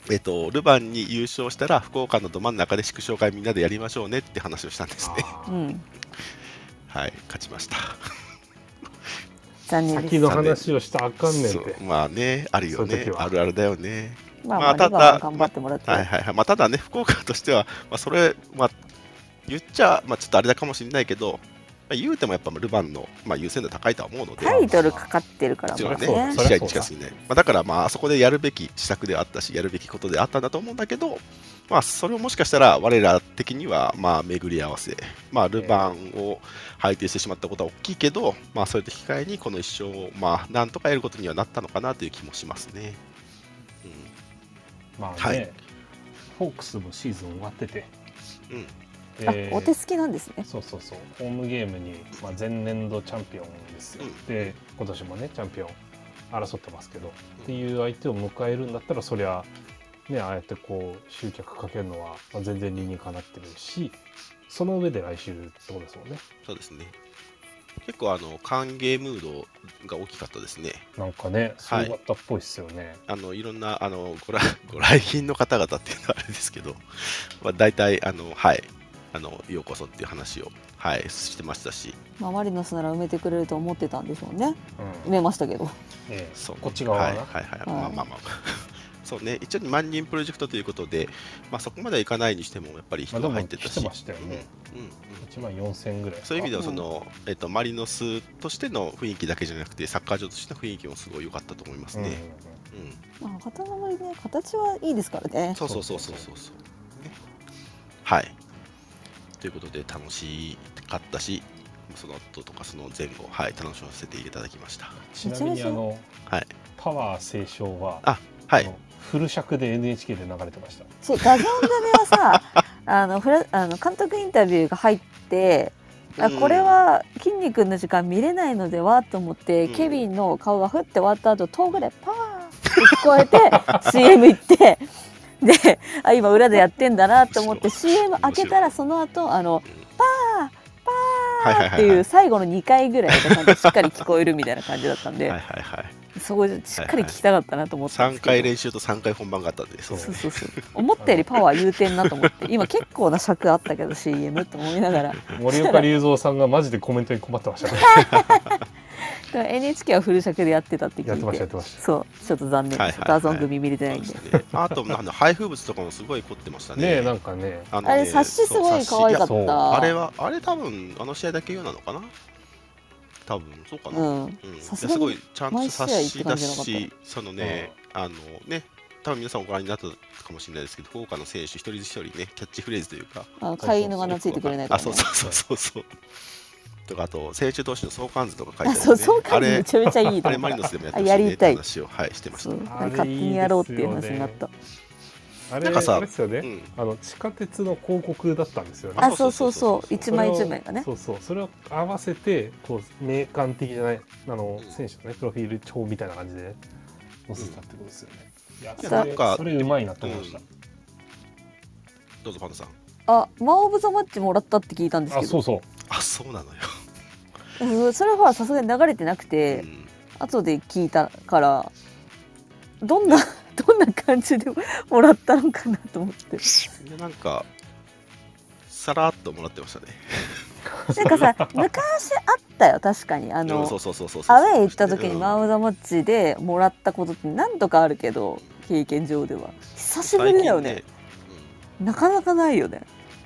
Speaker 2: えっと、ルヴァンに優勝したら福岡のど真ん中で祝勝会みんなでやりましょうねって話をしたんですね。
Speaker 1: あー
Speaker 3: うん、
Speaker 2: はい、勝ちました。
Speaker 3: 残念です。
Speaker 1: 先の話をしたらあかんねん
Speaker 2: そ
Speaker 1: て
Speaker 2: うまあね、あるよね
Speaker 1: そういう時、は
Speaker 2: あるあるだよね。
Speaker 3: まあ、
Speaker 2: まあただ
Speaker 3: まあ、ルヴァンは頑張ってもらって、
Speaker 2: はいはいはい、まあ、ただね、福岡としては、まあ、それ、まあ、言っちゃ、まあ、ちょっとあれだかもしれないけど、まあ、言うてもやっぱルヴァンの、まあ、優先度高いとは思うので、
Speaker 3: タイトルかかってるから
Speaker 2: もちろんね、
Speaker 1: そうだ
Speaker 3: ね。
Speaker 1: そりゃ
Speaker 2: 試合に近すぎない、まあ、だから、まああそこでやるべき施策ではあったし、やるべきことであったんだと思うんだけど、まあ、それをもしかしたら、我ら的には、まあ、巡り合わせ、まあ、ルヴァンを配定してしまったことは大きいけど、まあ、それと引き換えに、この一勝を、まあ、なんとか得ることにはなったのかなという気もしますね。うん
Speaker 1: まあね、
Speaker 2: はい
Speaker 1: フォークスもシーズン終わってて、
Speaker 2: うん
Speaker 3: あ、
Speaker 1: で
Speaker 3: お手すきなんですね。
Speaker 1: そうそうそう、ホームゲームに、まあ、前年度チャンピオンですよ、
Speaker 2: うん
Speaker 1: で今年もねチャンピオン争ってますけど、っていう相手を迎えるんだったら、そりゃね、ああやってこう集客かけるのは、まあ、全然理にかなってるし、その上で来週ってことですもんね。
Speaker 2: そうですね。結構あの歓迎ムードが大きかったですね。
Speaker 1: なんかね、すご
Speaker 2: はい
Speaker 1: かったっぽいっすよね。
Speaker 2: あのいろんなあのご来ご来賓の方々っていうのはあれですけど、まあ、大体あの、はい、あのようこそっていう話を、はい、してましたし、
Speaker 3: まあ、マリノスなら埋めてくれると思ってたんでしょうね。
Speaker 1: うん
Speaker 3: 埋めましたけど。
Speaker 1: ええ
Speaker 2: そう
Speaker 1: こっち側はな、
Speaker 2: はいはいはい、
Speaker 3: はい
Speaker 2: まあまあまあそうね、一応にまん人プロジェクトということで、まあ、そこまではいかないにしてもやっぱり人が入ってたし、
Speaker 1: まあでも来てましたよね
Speaker 2: うんうんうん
Speaker 1: いちまんよんせんぐらい
Speaker 2: そういう意味では
Speaker 3: うん
Speaker 2: その、えっと、マリノスとしての雰囲気だけじゃなくて、サッカー場としての雰囲気もすごい良かったと思います
Speaker 1: うんうん
Speaker 2: ね。うん
Speaker 3: まあ、刀のりね、形はいいですからね。
Speaker 2: そうそうそうそうそうそう、ね、はいということで楽しかったし、その後とかその前後、はい、楽しませていただきました。
Speaker 1: ちなみにあの、
Speaker 2: はい
Speaker 1: パワー斉唱は
Speaker 2: あはい
Speaker 1: あのフル尺で エヌエイチケー で流れてました。
Speaker 3: そう、ダゾーンではさ、あのフラあの監督インタビューが入って、あ、これは筋肉の時間見れないのではと思って、
Speaker 2: うん
Speaker 3: ケビンの顔がふって終わった後、遠くでパーって聞こえてシーエム 行って、で、あ、今裏でやってんだなと思って シーエム 開けたら、その後あのパーパーっていう最後のにかいぐらいがちゃんとしっかり聞こえるみたいな感じだったんで、
Speaker 2: はいはいはい、
Speaker 3: そこでしっかり聞きたかったなと思ったんです
Speaker 2: 3
Speaker 3: けど、
Speaker 2: 回練習とさんかい本番があったんで、そう
Speaker 3: そうそうそう、思ったよりパワー言うてんなと思って、今結構な尺あったけど シーエム と思いながら、
Speaker 1: 森岡隆三さんがマジでコメントに困ってましたね。
Speaker 3: エヌエイチケー はフル尺でやってたって聞いて、
Speaker 1: やってましたやってました。
Speaker 3: そう、ちょっと残念です、
Speaker 2: はいはいはい
Speaker 3: ダゾーン組見れてないんで。
Speaker 2: そうですね、あとなんだ配布物とかもすごい凝ってましたね。
Speaker 1: ねえなんかね、
Speaker 2: あのね
Speaker 3: あれ冊子すごい可愛かっ
Speaker 2: そう冊子いや
Speaker 3: た。
Speaker 2: あれはあれ多分あの試合だけ用なのかな、多分そうかな、
Speaker 3: うん
Speaker 2: うん、
Speaker 3: さすがに
Speaker 2: すごいちゃんと
Speaker 3: 毎試合って
Speaker 2: 冊子だ
Speaker 3: 感じじゃなかった
Speaker 2: し、そのね、あのね、多分皆さんご覧になったかもしれないですけど、福岡の選手一人一人ね、キャッチフレーズというか、
Speaker 3: あの飼い犬が懐いてくれないから
Speaker 2: あ、
Speaker 3: ね。
Speaker 2: そうそうそうそう。とか、あと、選手同士の相関図とか書いてあ
Speaker 3: あ、
Speaker 2: る、ね、
Speaker 3: そう、そうか
Speaker 2: あれ、
Speaker 3: めちゃめちゃいいと
Speaker 2: あれ
Speaker 3: 思った。
Speaker 2: マリノスでもやって
Speaker 3: あ
Speaker 2: ほしいねって
Speaker 3: やりたい。
Speaker 2: 話を、はい、してました。
Speaker 3: そう、
Speaker 1: あれ
Speaker 3: 勝手にやろうっていう話になった。
Speaker 1: あれ
Speaker 2: なんかさ
Speaker 1: あれですよね、
Speaker 2: うん
Speaker 1: あの地下鉄の広告だったんですよね。
Speaker 3: あ、そうそうそう、一枚
Speaker 1: それを
Speaker 3: 一枚がね。
Speaker 1: そうそう、それを合わせてこう名鑑的じゃないあの、
Speaker 2: うん
Speaker 1: 選手のねプロフィール帳みたいな感じで載せたってことですよね。いや、
Speaker 2: いや
Speaker 1: それ
Speaker 2: なんか
Speaker 1: それうまいなと思いました。
Speaker 2: どうぞ、パンダさん。
Speaker 3: あ、マンオブザマッチもらったって聞いたんです
Speaker 1: あ、
Speaker 3: けど、
Speaker 1: そうそう。
Speaker 2: あ、そうなのよ。
Speaker 3: うんそれはさすがに流れてなくて、
Speaker 2: うん
Speaker 3: 後で聞いたからどんなどんな感じでもらったのかなと思って。
Speaker 2: いや、なんか、さらっともらってましたね。
Speaker 3: なんかさ、昔あったよ、確かに。あ
Speaker 2: うん
Speaker 3: の
Speaker 2: そうそうそうそうそう
Speaker 3: アウェー行った時に
Speaker 2: うん
Speaker 3: マン・オブ・ザ・マッチでもらったことって何とかあるけど、経験上では久しぶりだよね。
Speaker 2: 最近
Speaker 3: なかなかないよね。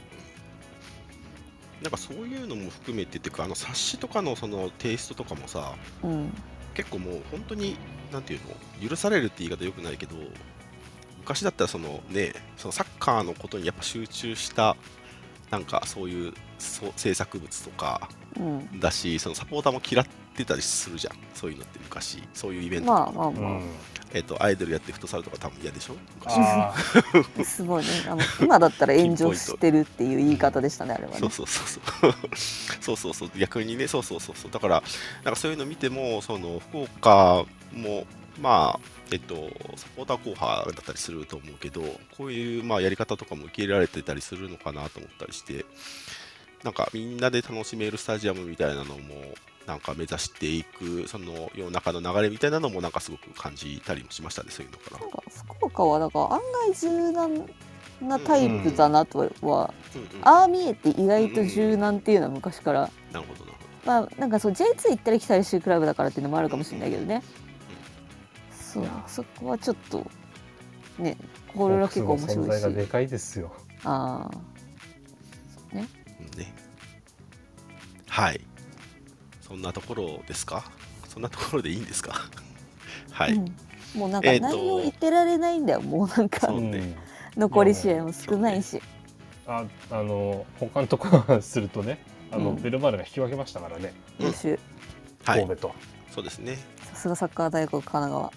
Speaker 2: うんなんかそういうのも含めてっていうか、あの冊子とかのそのテイストとかもさ、
Speaker 3: うん、
Speaker 2: 結構もう本当に、なんていうの、許されるって言い方よくないけど、昔だったらそのね、そのサッカーのことにやっぱ集中した、なんかそういうそう制作物とか
Speaker 3: うん、
Speaker 2: だし、そのサポーターも嫌ってたりするじゃん、そういうのって昔、そういうイベントとか、
Speaker 3: まあまあま
Speaker 1: うん、
Speaker 2: えっとアイドルやってフットサルとか多分嫌でしょ、昔
Speaker 1: あ
Speaker 3: あ、すごいね。あの今だったら炎上してるっていう言い方でしたね、あれはね。
Speaker 2: そうそうそうそうそうそうそう逆にね、そうそうそうそうだからなんかそういうの見ても、その福岡もまあえっとサポーター候補だったりすると思うけど、こういうまあやり方とかも受け入れられてたりするのかなと思ったりして、なんかみんなで楽しめるスタジアムみたいなのもなんか目指していくその世の中の流れみたいなのもなんかすごく感じたりもしましたね、そういうのかな。
Speaker 3: なんか福岡はだから案外柔軟なタイプだなとは、
Speaker 2: うんうん、
Speaker 3: ああ見えて意外と柔軟っていうのは昔から、
Speaker 2: なるほどなるほど。
Speaker 3: まあなんかそう ジェイツー 行ったり来たりしてるクラブだからっていうのもあるかもしれないけどね、そうそこはちょっとね、これは結構面白いし、
Speaker 1: 存在がでかいですよ。
Speaker 3: ああね、
Speaker 2: ね、はい、そんなところですか。そんなところでいいんですか。はい、うん、
Speaker 3: もうなんか内容言ってられないんだよ、もうなんか、
Speaker 2: ね、
Speaker 3: 残り試合も少ないし、
Speaker 1: ああの他のところからするとね、あの、うん、ベルマーレが引き分けましたからね、
Speaker 3: 優秀、
Speaker 1: 神戸と、
Speaker 2: はい、そうですね、
Speaker 3: さすがサッカー大国神奈川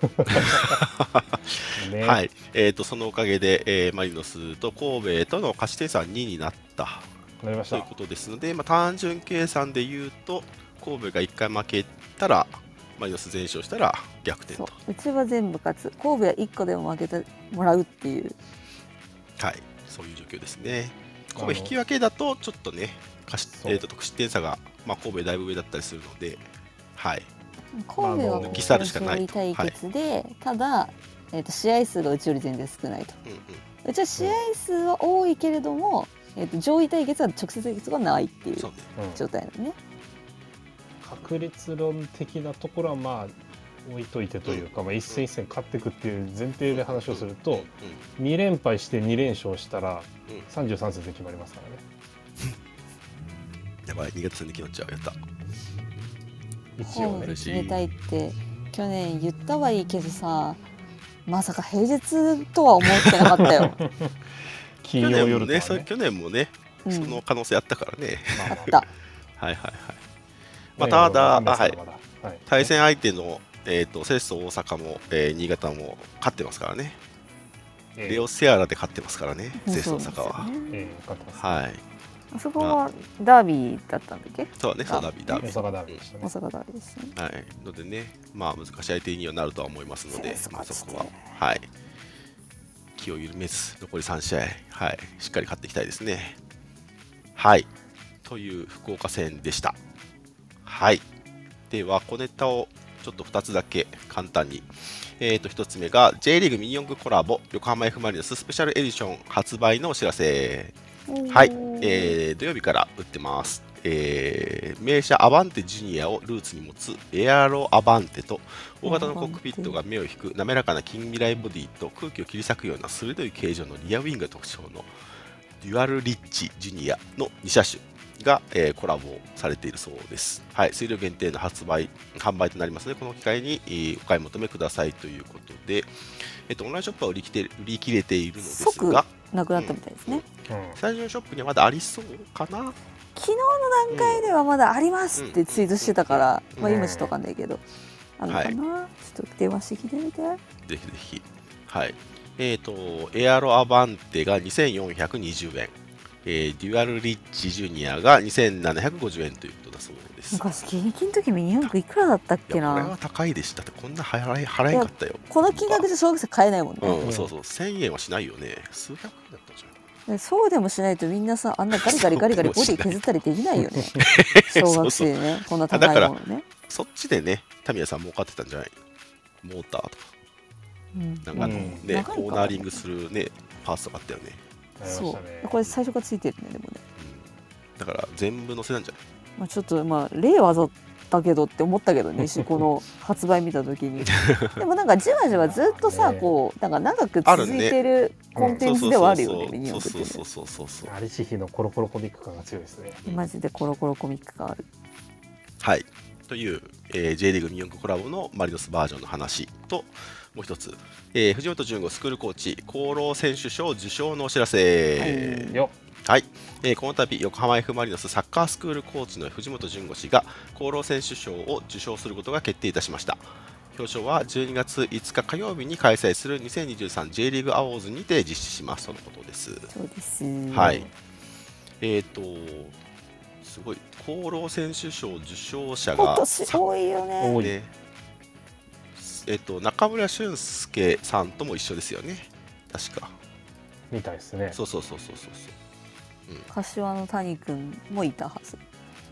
Speaker 2: ね、はい、えーとそのおかげで、えー、マリノスと神戸との勝ち点差にになった
Speaker 1: なりました
Speaker 2: ということですので、まあ、単純計算でいうと神戸がいっかい負けたらマリノス全勝したら逆転と。
Speaker 3: う, うちは全部勝つ、神戸はいっこでも負けてもらうっていう、
Speaker 2: はい、そういう状況ですね。神戸引き分けだとちょっとね、えー、と得失点差が、まあ、神戸だいぶ上だったりするので、はい、
Speaker 3: 神戸は
Speaker 2: 抜き去るしかないと。
Speaker 3: 対決で、はい、ただ、えー、と試合数がうちより全然少ないと、うんうん、うちは試合数は多いけれども、えー、と上位対決は直接対決がないっていう状態なのね。
Speaker 1: 確率論的なところはまあ置いといてというか、まあ、一戦一戦勝っていくっていう前提で話をすると、に連敗してに連勝したらさんじゅうさん戦で決まりますからね。
Speaker 2: やばい、新潟戦で決まっちゃう。やった。
Speaker 3: 一応ね、決めたいって去年言ったはいいけどさ、まさか平日とは思ってなかったよ。
Speaker 1: 金曜夜と
Speaker 2: かね。去年もね、去年もね、うん、その可能性あったからね。
Speaker 3: あった。
Speaker 2: はいはいはい。まあ、ただ、はい、対戦相手の、えー、とセレッソ大阪も、えー、新潟も勝ってますからね、えー、レオ・セアラで勝ってますからね、セレッソ大阪は、
Speaker 1: えー、勝ってます、
Speaker 3: はい、あそこはダービーだったんだっけ。
Speaker 2: そうね、そうダービー、ダービー、
Speaker 1: 大阪ダービーでしたね。
Speaker 3: 大阪ダービーですね。
Speaker 2: はい、のでね、まあ難しい相手にはなるとは思いますので、まあ、そこは、はい、気を緩めず残りさん試合、はい、しっかり勝っていきたいですね。はい、という福岡戦でした。はい、では小ネタをちょっとふたつだけ簡単に、えー、とひとつめが J リーグミニ四駆コラボ横浜 F マリノススペシャルエディション発売のお知らせ。はい、えー、土曜日から売ってます。えー、名車アバンテジュニアをルーツに持つエアロアバンテと大型のコックピットが目を引く滑らかな近未来ボディと空気を切り裂くような鋭い形状のリアウィングが特徴のデュアルリッチジュニアのに車種が、えー、コラボされているそうです。はい、数量限定の発売、販売となりますので、この機会に、えー、お買い求めくださいということで、えー、とオンラインショップは売り切れ、売り切れているのですが、
Speaker 3: なくなったみたいですね。
Speaker 2: 最初のショップにはまだありそうかな。
Speaker 3: 昨日の段階ではまだありますってツイートしてたから、まあ今ちょっとわかんないけど、あるのかな、はい、ちょっと電話してきてみて。ぜ
Speaker 2: ひぜひ。はい。えっ、ー、と、エアロアバンテがにせんよんひゃくにじゅうえん。えー、デュアルリッチジュニアがにせんななひゃくごじゅうえんということだそうです。
Speaker 3: 昔現役の時ミニ四駆いくらだったっけな。
Speaker 2: これは高いでしたって、こんな払え払えんかったよ。
Speaker 3: この金額で小学生買えないもんね。
Speaker 2: うん、そうそう、せんえんはしないよね。数百円だったじ
Speaker 3: ゃん。そうでもしないとみんなさ、あんなガリガリガリガリボディ削ったりできないよね。小学生ね、こんな高いものね。
Speaker 2: そっちでね、タミヤさん儲かってたんじゃない？モーターとか、うん、なんかあのね、うん、コーナーリングするねパーツとかあったよね。
Speaker 3: そう、これ最初からついてるね、でもね、
Speaker 2: うん、だから全部載せなんじゃない？
Speaker 3: まあちょっとまあ令和だったけどって思ったけどね、この発売見た時に。でもなんかじわじわずっとさ、こうなんか長く続いてるコンテンツではあるよね、ミニ四駆って。
Speaker 2: そうそうそうそう。
Speaker 1: アリシヒのコロコロコミック感が強いですね。
Speaker 3: マジでコロコロコミック感ある。
Speaker 2: はい。という、えー、J リーグミニ四駆コラボのマリノスバージョンの話と、もう一つ、えー、藤本純吾スクールコーチ厚労選手賞受賞のお知らせ。はい、はい、えー、この度横浜 F マリノスサッカースクールコーチの藤本純吾氏が厚労選手賞を受賞することが決定いたしました。表彰はじゅうにがついつか火曜日に開催する にせんにじゅうさんジェイ リーグアウォーズにて実施しますとのことです。
Speaker 3: そうです。
Speaker 2: はい。えっ、ー、とすごい厚労選手賞受賞者が
Speaker 3: 今年多いよね。
Speaker 2: 多いね。えっと、中村俊輔さんとも一緒ですよね、確か。
Speaker 1: みたいですね。
Speaker 2: そうそうそうそうそうそう、
Speaker 3: うん、柏の谷君もいたはず。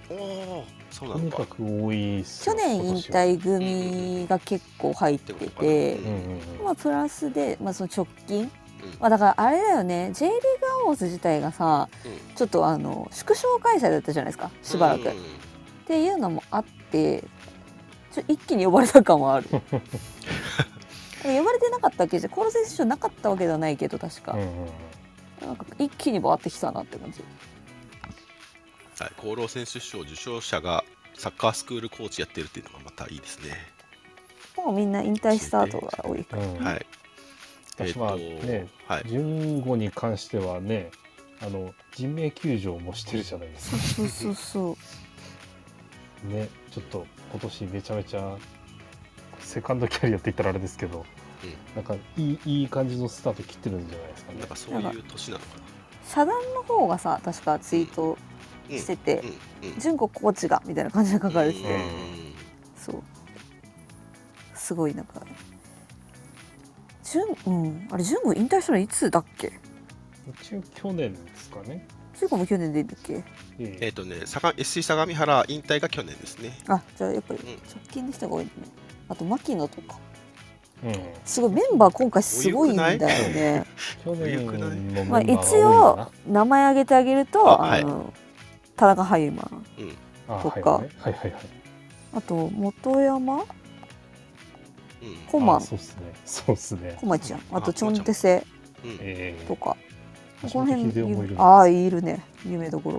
Speaker 2: おお、そうな
Speaker 1: と
Speaker 2: のか。
Speaker 1: にかく多いっすよ
Speaker 3: 去年引退組が結構入ってて、
Speaker 2: うんうんうん
Speaker 3: まあ、プラスで、まあ、その直近、まあ、だからあれだよね J リーグアウォーズ自体がさちょっとあの縮小開催だったじゃないですかしばらく、
Speaker 2: うんうん
Speaker 3: っていうのもあってちょ一気に呼ばれた感はある呼ばれてなかったわけじゃ厚労選手賞なかったわけではないけど確か、
Speaker 1: うんうんうん、
Speaker 3: なんか一気にバーってきたなって感じ。
Speaker 2: はい、厚労選手賞受賞者がサッカースクールコーチやってるっていうのがまたいいですね。
Speaker 3: もうみんな引退した後が多いから、
Speaker 1: うん
Speaker 2: はい。
Speaker 1: 私はね、
Speaker 2: はい、
Speaker 1: 順吾に関してはね、あの人命救助もしてるじゃないですか。
Speaker 3: そうそうそう
Speaker 1: ね、ちょっと今年めちゃめちゃセカンドキャリアって言ったらあれですけど、
Speaker 2: うん、
Speaker 1: なんかいいいい感じのスタート切ってるんじゃないですかね。
Speaker 2: なんかそういう年なのかな。
Speaker 3: 社団の方がさ確かツイートしてて「純子コーチが」みたいな感じで書かれてて、そうすごいなんか純うんあれ純子引退したのいつだっけ？
Speaker 1: 一応去年ですかね。
Speaker 3: 純子も去年でいいんだっけ？
Speaker 2: えっ、ー、とね、エスシー 相模原引退が去年ですね。
Speaker 3: あ、じゃあやっぱり直近の人が多いね。あと牧野とか。
Speaker 1: うん、
Speaker 3: すごいメンバー今回すごいんだよね。
Speaker 1: 去年のメンバーが多いな。
Speaker 3: まあ一応名前挙げてあげるとあ、あの、はい、田中ハイマーとか、うん、はいはいはい。あと本山、うん、コマン、
Speaker 1: そうっすね。そうっすね。
Speaker 3: コマちゃん、あとチョンテセとか、
Speaker 1: うん、この辺
Speaker 3: ああいるね、有名どころ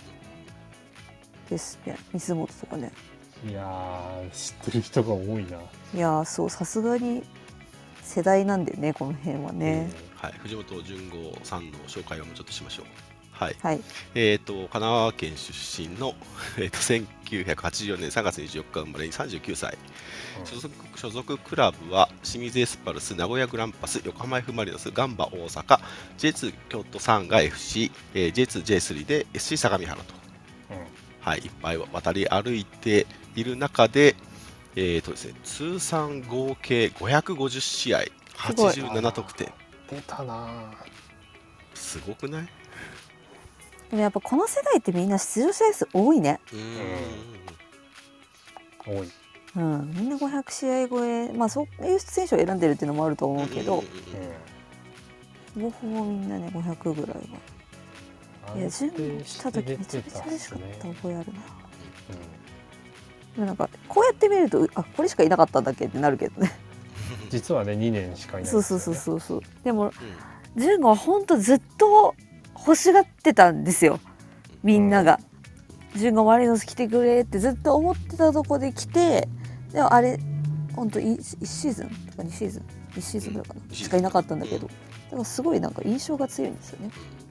Speaker 3: ですね。水本とかね。
Speaker 1: いやー知ってる人が多いな。
Speaker 3: いやーそうさすがに世代なんでねこの辺はね、
Speaker 2: はい、藤本純吾さんの紹介をもうちょっとしましょう。はい、
Speaker 3: はい、
Speaker 2: えっ、ー、と神奈川県出身の、えー、とせんきゅうひゃくはちじゅうよねんさんがつにじゅうよっか生まれにさんじゅうきゅうさい、うん、所属所属クラブは清水エスパルス、名古屋グランパス、横浜 F マリノス、ガンバ大阪、 ジェイツー 京都サンガ エフシー、えー、ジェイツー ジェイスリー で エスシー 相模原と、うん、はい、いっぱい渡り歩いている中で、えーとですね、通算合計ごひゃくごじゅうしあい、はちじゅうななとくてん。
Speaker 1: 出たな。
Speaker 2: すごくない？
Speaker 3: でもやっぱこの世代ってみんな出場試合数多いね。
Speaker 1: うん、多い。
Speaker 3: うん、みんなごひゃくしあい超え、まあそういう選手を選んでるっていうのもあると思うけど、ほぼほぼみんなねごひゃくぐらいは。いや準備した時めちゃめちゃ嬉しかった覚えあるな。うん、なんかこうやって見るとあこれしかいなかったんだっけってなるけどね。
Speaker 1: 実はねにねんしかいない、ね。
Speaker 3: そうそうそうそうそう。でも純子は本当ずっと欲しがってたんですよ。みんなが。純子マリノス来てくれってずっと思ってたとこで来て、でもあれ本当いちシーズンとかにシーズンいちシーズンぐらいかなしかいなかったんだけど、だからすごいなんか印象が強いんですよね。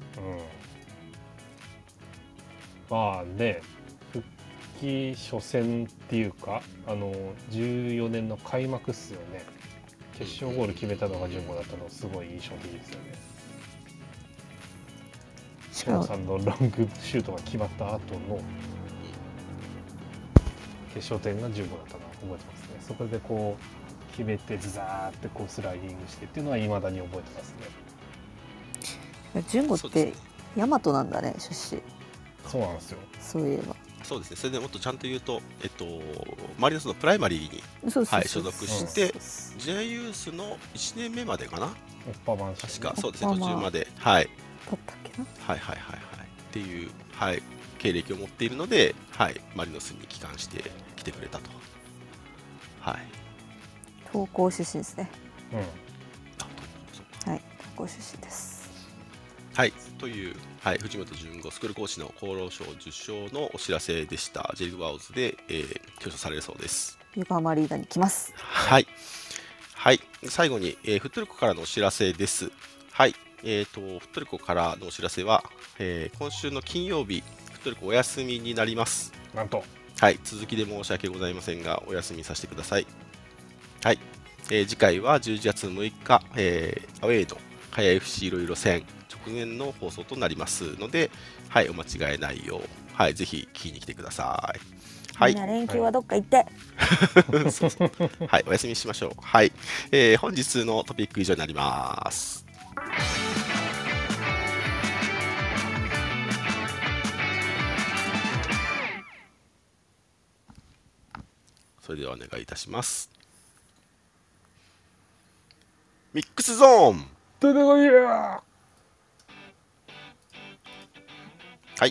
Speaker 1: うん、まあね復帰初戦っていうかあのじゅうよねんの開幕っすよね。決勝ゴール決めたのが純子だったのすごい印象的ですよね。ショーさんのロングシュートが決まった後の決勝点が純子だったのを覚えてますね。そこでこう決めてズザーってこうスライディングしてっていうのは未だに覚えてます
Speaker 3: ね。純子って大和なんだね出身。
Speaker 1: そうなんですよ。
Speaker 3: そういえば。
Speaker 2: そうですね。それでもっとちゃんと言うと、えっと、マリノスのプライマリーに所属して、J ユースのいちねんめまでかな。確かそうですね、途中まで。はい。
Speaker 3: だったっけな。
Speaker 2: はいはいはいはい。っていう、はい、経歴を持っているので、はい、マリノスに帰還してきてくれたと。はい。
Speaker 3: 東高出身ですね。
Speaker 1: うん。あ、
Speaker 3: そうか。はい、東高出身です。
Speaker 2: はい、という、はい、藤本純吾スクールコーチの厚労省受賞のお知らせでした。J リーグワウズで、えー、表彰されるそうです。
Speaker 3: 横浜アリーナに来ます。
Speaker 2: はい、はい、最後に、えー、フットルコからのお知らせです。はい、えーと、フットルコからのお知らせは、えー、今週の金曜日、フットルコお休みになります。
Speaker 1: なんと。
Speaker 2: はい、続きで申し訳ございませんが、お休みさせてください。はい、えー、次回はじゅういちがつむいか、えー、アウェイのかや エフシー いろいろ戦直前の放送となりますので、はい、お間違えないよう、はい、ぜひ聞きに来てください。はい、
Speaker 3: みんな連休はどっか行って、
Speaker 2: そうそうはい、お休みしましょう。はい、えー、本日のトピック以上になります。 それではお願いいたします。ミックスゾーン。
Speaker 1: 出てこいや。
Speaker 2: はい。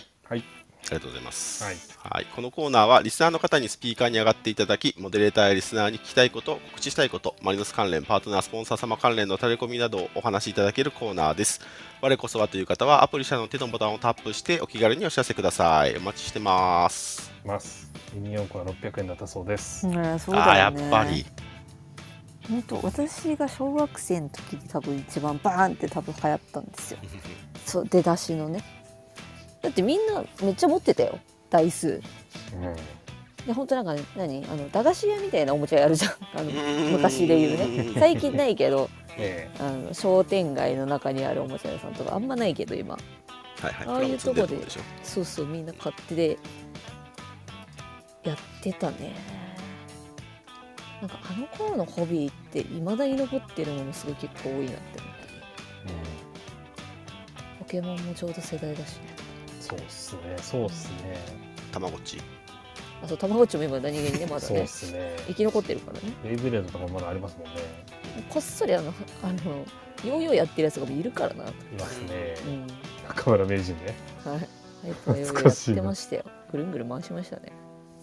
Speaker 1: はい。
Speaker 2: ありがとうございます。
Speaker 1: はい、
Speaker 2: はい、このコーナーはリスナーの方にスピーカーに上がっていただき、モデレーターやリスナーに聞きたいこと、告知したいこと、マリノス関連、パートナー、スポンサー様関連のタレコミなどをお話しいただけるコーナーです。我こそはという方はアプリ社の手のボタンをタップしてお気軽にお知らせください。お待ちしてます。
Speaker 1: ます。ミニ四駆はろっぴゃくえんだったそうです。
Speaker 3: うん、そうだよね。
Speaker 2: あ、やっぱり。
Speaker 3: 本当、私が小学生の時に多分一番バーンって多分流行ったんですよ。そう出だしのね。だってみんなめっちゃ持ってたよ。台数、うん、で本当なんか、ね、何あの駄菓子屋みたいなおもちゃやるじゃん、あの昔で言うね。最近ないけど、ええ、あの商店街の中にあるおもちゃ屋さんとかあんまないけど今、はいはい、ああいうとこでそうそうみんな買ってでやってたね。なんかあの頃のホビーっていまだに残ってるものすごい結構多いなって思って、うん、ポケモンもちょうど世代だしね。
Speaker 1: そうっすね、そうっすね。
Speaker 2: たまごっち。
Speaker 3: あ、そう、たまごっちも今何気にね、まだね。
Speaker 1: そうっすね。
Speaker 3: 生き残ってるからね。
Speaker 1: ベイブレードとかまだありますもんね。
Speaker 3: こっそりあの、あの、ヨーヨーやってるやつがいるからな。い
Speaker 1: ますね。
Speaker 3: うん、
Speaker 1: 中村名人ね。
Speaker 3: はい。あいつはヨーヨーやってましたよ。ぐるんぐる回しましたね。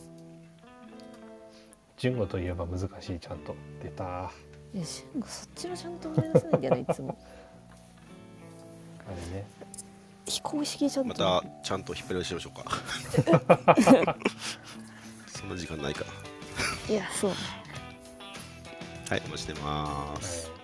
Speaker 1: 順吾といえば難しいちゃんと出た。
Speaker 3: いや、順吾そっちのちゃんと思い出せないんだよね、いつも。
Speaker 1: あれね。
Speaker 3: 非公式ちゃんと
Speaker 2: またちゃんと引っ張り出しましょうか。そんな時間ないか
Speaker 3: いや、そうね。
Speaker 2: はい、お待ちしてます。はい、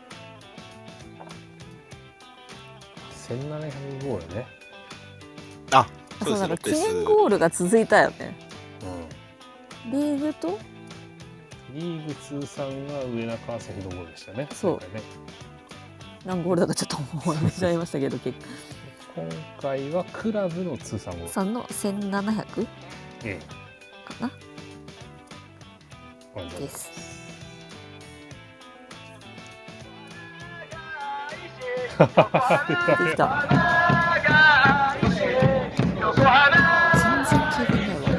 Speaker 1: せんななひゃくゴールね。
Speaker 2: あ、
Speaker 3: そうですね。なんか記念ゴールが続いたよね。うん。リーグと
Speaker 1: リーグ通算が上中朝日のゴールでしたね。
Speaker 3: そう。ね、何ゴールだかちょっと思い出しちゃいましたけど結構。
Speaker 1: 今回はクラブの通算ゴール。
Speaker 3: さんのせんななひゃく、うん、かな。です。できた。全然聞いてないわ。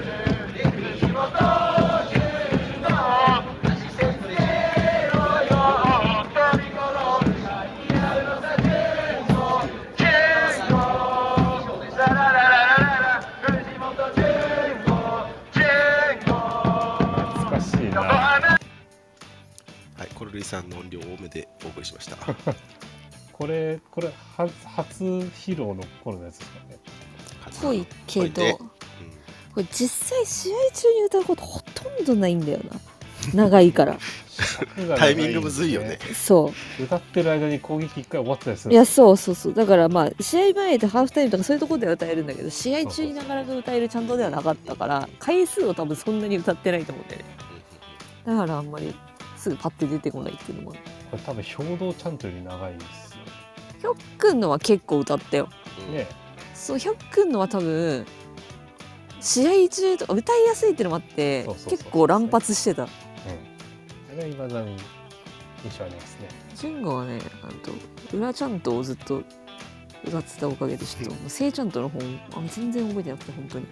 Speaker 2: コルリさんの音量多めでお送りしました。
Speaker 1: これこれ初初披露の頃のやつですかね。
Speaker 3: ぽいけど、うん、これ実際試合中に歌うことほとんどないんだよな。長いから。
Speaker 2: タイミングむずいよね。
Speaker 3: そう。
Speaker 1: 歌ってる間に攻撃一回終わったりする。
Speaker 3: いや、そうそうそう。だからまあ試合前でハーフタイムとかそういうところでは歌えるんだけど、試合中になかなか歌えるちゃんとではなかったから、回数を多分そんなに歌ってないと思うんだよね。だからあんまりすぐパッて出てこないっていうのも。こ
Speaker 1: れ多分兵道ちゃんとより長いですよ。
Speaker 3: ひょっくんのは結構歌ったよ。
Speaker 1: ね。
Speaker 3: そうひょっくんのは多分試合中とか歌いやすいっていうのもあって結構乱発してた。うん。
Speaker 1: あれは未だに印象ありますね。
Speaker 3: 純吾はね、あと裏ちゃんとをずっと歌ってたおかげでちょっと正ちゃんとの方あ全然覚えてなくて本当に。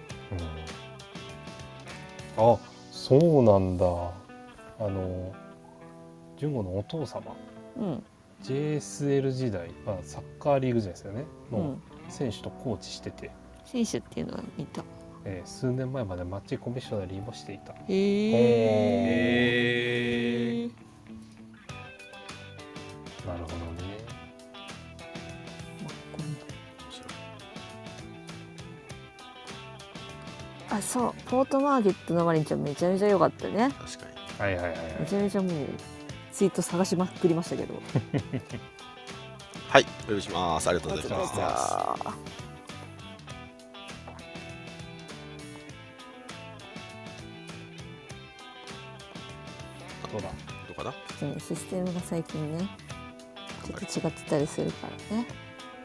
Speaker 1: うん、あ、そうなんだ。あの純吾のお父様、うん、ジェイエスエル 時代、まあ、サッカーリーグ時代ですよねの選手とコーチしてて、
Speaker 3: うん、選手っていうのは見た、
Speaker 1: えー、数年前までマッチコミッショナリーもしていた。へ
Speaker 3: え。
Speaker 1: なるほどね。
Speaker 3: あ、そうポートマーケットのマリンちゃんめちゃめちゃ良かったね。
Speaker 2: 確かに。
Speaker 1: はいはいはい、はい、
Speaker 3: めちゃめちゃもうツイート探しまくりましたけど
Speaker 2: はいお呼びします。ありがとうございます。
Speaker 1: どうだ
Speaker 2: どうかな。
Speaker 3: システムが最近ねちょっと違ってたりするからね。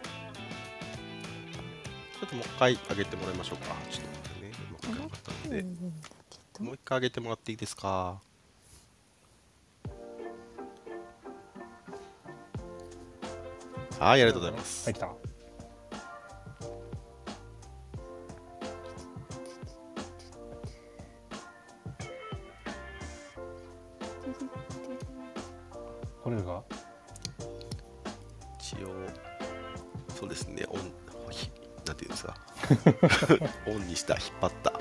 Speaker 2: ちょっともう一回上げてもらいましょうか。ちょっと待ってね。うまくなかったのでもう一回上げてもらっていいですか。はい、ありがとうございます。
Speaker 1: はい、来た。 これが
Speaker 2: 一応そうですね、オンひなんていうんですかオンにした引っ張った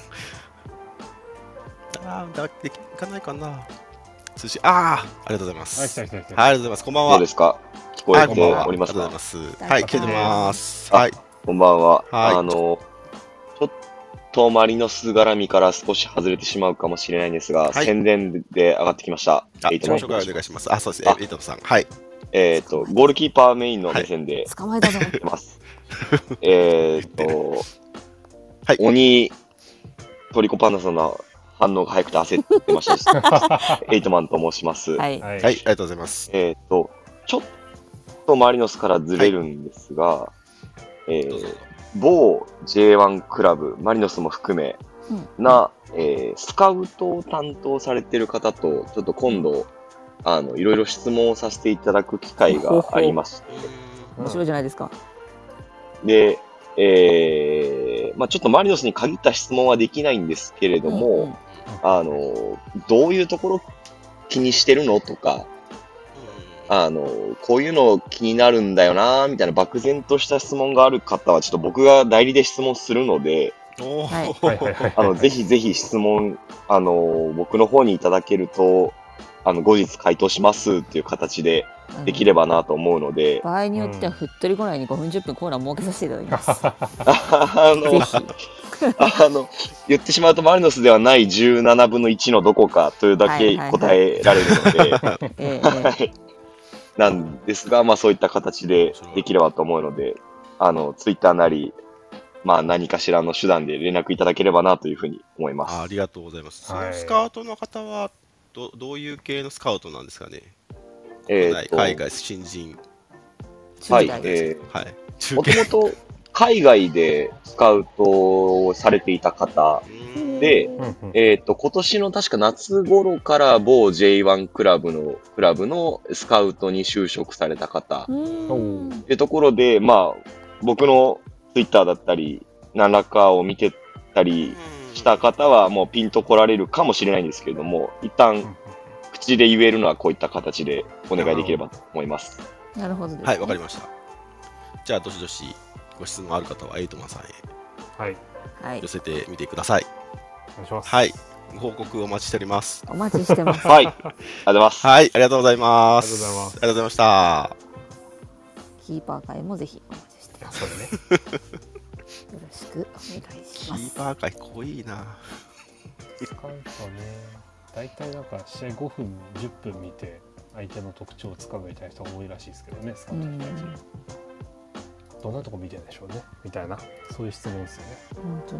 Speaker 2: あーだできいかないかな通信あーありがとうございます。
Speaker 1: はい、来た来た来た。
Speaker 2: はい、ありがとうございます。こんばんは。
Speaker 4: どうですか？聞こえ
Speaker 2: はい、こんばんは。
Speaker 4: ております
Speaker 2: ありがとうご
Speaker 4: か？
Speaker 2: ざいます。はい、聞いてます。
Speaker 4: あ
Speaker 2: はい、
Speaker 4: こんばんは。
Speaker 2: はい
Speaker 4: あの、ちょっとマリノス絡みから少し外れてしまうかもしれないんですが、
Speaker 2: はい
Speaker 4: 宣伝で上がってきました。
Speaker 2: あ、
Speaker 4: エイトマン
Speaker 2: 自己紹介お願いします。あ、そうです。
Speaker 4: あ
Speaker 2: えエイトさん。はい。
Speaker 4: えっと、ゴールキーパーメインの目線で
Speaker 3: 捕まえたぞ。
Speaker 4: 言ってます。えっと、
Speaker 2: はい
Speaker 4: 鬼、トリコパンダさんの反応が早くて焦ってました。エイトマンと申します。
Speaker 3: はい。
Speaker 1: はい。
Speaker 2: はい、ありがとうございます。
Speaker 4: えっと、ちょっとマリノスからずれるんですが、えー
Speaker 2: どうぞ。
Speaker 4: 某 ジェイワン クラブ、マリノスも含め
Speaker 3: うん
Speaker 4: な、えースカウトを担当されている方と、ちょっと今度、あの、いろいろ質問をさせていただく機会がありまして、
Speaker 3: 面白いじゃないですか。
Speaker 4: で、えーまあちょっとマリノスに限った質問はできないんですけれども、
Speaker 3: うんうん
Speaker 4: あの、どういうところ気にしてるのとか、あの、こういうの気になるんだよな、みたいな漠然とした質問がある方は、ちょっと僕が代理で質問するので、
Speaker 2: お
Speaker 3: はい
Speaker 2: ー
Speaker 1: はいはいはい。
Speaker 4: あの、ぜひぜひ質問、あの、僕の方にいただけると、あの、後日回答しますっていう形でできればなと思うので、
Speaker 3: 場合によってはふっとり来ないにごふんじゅっぷんコーナー設けさせていただきます。
Speaker 4: あの
Speaker 3: ぜ、ひ。
Speaker 4: あの、言ってしまうとマリノスではないじゅうななぶんのいちのどこかというだけ答えられるので、
Speaker 3: えええ
Speaker 4: はいなんですが、まあそういった形でできればと思うので、あの、ツイッターなり、まあ何かしらの手段で連絡いただければなというふうに思います。
Speaker 2: あありがとうございます。そ
Speaker 1: はい
Speaker 2: のスカウトの方はどどういう系のスカウトなんですかね。
Speaker 4: えーと
Speaker 2: 国内海外新人。
Speaker 4: はい、
Speaker 3: 中大
Speaker 4: え
Speaker 2: はい。中
Speaker 4: ー、もと
Speaker 2: 継。
Speaker 4: もと海外でスカウトをされていた方で、
Speaker 1: うんうん
Speaker 4: えっ、と、今年の確か夏頃から某 ジェイワン クラブの、クラブのスカウトに就職された方
Speaker 3: うーん
Speaker 4: ってところで、まあ、僕のツイッターだったり、何らかを見てたりした方はもうピンと来られるかもしれないんですけれども、一旦口で言えるのはこういった形でお願いできればと思います。
Speaker 3: なるほどですね。
Speaker 2: はい、わかりました。じゃあどしどしご質問ある方はエイトマンさんへ
Speaker 1: はい。
Speaker 3: はい
Speaker 2: 寄。せてみてください。
Speaker 1: お願いします。
Speaker 2: はい。ご報告お待ちしております。
Speaker 3: お待ちしてます。
Speaker 4: はい。ありがとうございます。
Speaker 2: はい、ありがとうございます。
Speaker 1: ありがとうございます
Speaker 2: ありがとうございました。
Speaker 3: キーパー会もぜひお待ちしてます。
Speaker 1: それね。
Speaker 3: よろしくお願いし
Speaker 2: キ
Speaker 3: ます。
Speaker 2: ーパー界濃いな。
Speaker 1: スカウトね。大体なんか試合ごふん、じゅっぷん見て相手の特徴をつかむみたいな人が多いらしいですけどね、スカウトに対して。どんなとこ見てるんでしょうねみたいな、そういう質問ですよね。
Speaker 3: 本当に。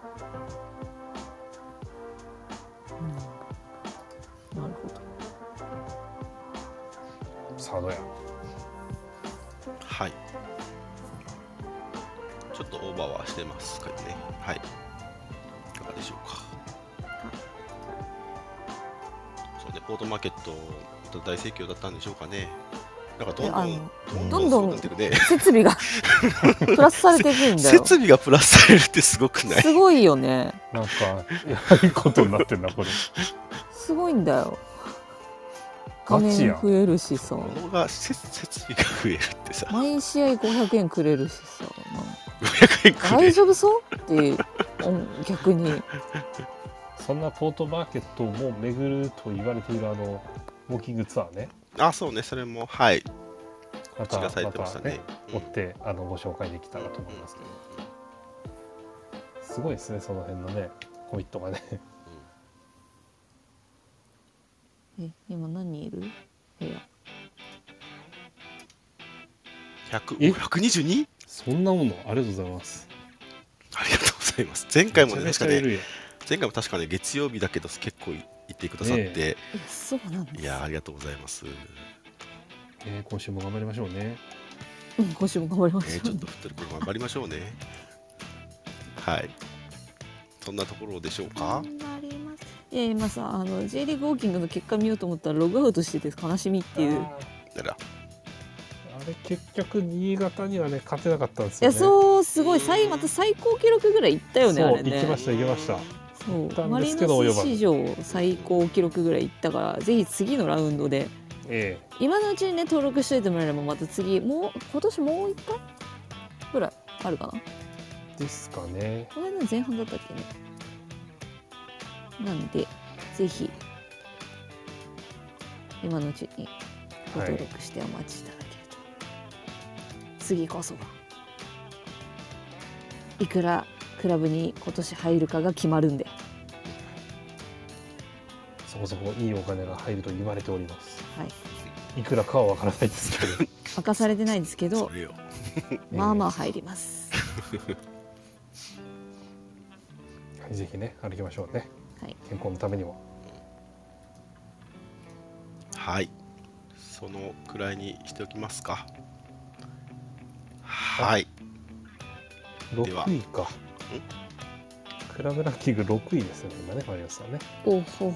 Speaker 3: うん、なるほど。
Speaker 1: サードや。
Speaker 2: はい。ちょっとオーバーはしてますかね。はい。いかがでしょうか。そうね、ポートマーケット大盛況だったんでしょうかね。なんかどんどん
Speaker 3: あの
Speaker 2: どんどんすごくなってるね。
Speaker 3: 設備がプラスされていくんだよ。
Speaker 2: 設備がプラスされるってすごくない？
Speaker 3: すごいよね。
Speaker 1: なんかやばいことになってんだこれ。
Speaker 3: すごいんだよ。画面
Speaker 1: ガチやん
Speaker 3: 増えるしさ、
Speaker 2: 物が設設備が増えるってさ、
Speaker 3: 毎試合ごひゃくえんくれるしさ、
Speaker 2: ごひゃくえんくれる。
Speaker 3: 大丈夫そうってうん逆に。
Speaker 1: そんなポートマーケットも巡ると言われているあのウォーキングツアーね。
Speaker 2: あ、そうね、それもはい。
Speaker 1: また
Speaker 2: 口がされてましたね
Speaker 1: またね。追ってあのご紹介できたらと思いますけど。すごいですねその辺のねコミットがね。
Speaker 3: え、今何人いる？部屋。
Speaker 2: 百
Speaker 1: え
Speaker 2: 百二十二？
Speaker 1: そんなものありがとうございます。
Speaker 2: ありがとうございます。前回もね
Speaker 1: めちゃ
Speaker 2: 確かね
Speaker 1: めちゃいるよ。
Speaker 2: 前回も確かね月曜日だけど結構いってくださって、
Speaker 1: ね
Speaker 3: え、そうなんです。
Speaker 2: いやーありがとうございます。
Speaker 1: えー今週も頑張りましょうね。
Speaker 3: うん、今週も頑張りま
Speaker 2: えー、
Speaker 3: しょう
Speaker 2: ちょっとふっとりこれ頑張りましょうね。はい。そんなところでしょうか。
Speaker 3: 頑張ります。いや今さあの J リーグウォーキングの結果見ようと思ったらログアウトしてて悲しみっていう。
Speaker 1: あ
Speaker 2: だから
Speaker 1: ーあれ結局新潟にはね勝てなかったんです
Speaker 3: いや
Speaker 1: よね。
Speaker 3: そうすごい最また最高記録ぐらいいったよねあ
Speaker 1: そう
Speaker 3: れね。
Speaker 1: 行きました行きました。
Speaker 3: そう
Speaker 1: たんで
Speaker 3: マリ
Speaker 1: すけど及ばず
Speaker 3: ノス史上最高記録ぐらいいったから、ぜひ次のラウンドで
Speaker 1: え
Speaker 3: 今のうちにね登録しといてもらえれば、また次もう今年もう一回ぐらいあるかな。
Speaker 1: えですかね。
Speaker 3: この間の前半だったっけね。なんでぜひ今のうちにご登録してお待ちいただけると、次こそはいくらクラブに今年入るかが決まるんで、
Speaker 1: そこそこいいお金が入ると言われております。
Speaker 3: はい
Speaker 1: いくらかはわからないですけど。
Speaker 3: 明かされてないですけど
Speaker 2: それよ。
Speaker 3: まあまあ入ります。
Speaker 1: はいぜひね歩きましょうね。
Speaker 3: はい
Speaker 1: 健康のためにも。
Speaker 2: はい。そのくらいにしておきますか。はい。では
Speaker 1: ろくいか。クラブランキングろくいですね今ねマリオスさんね。
Speaker 3: おほ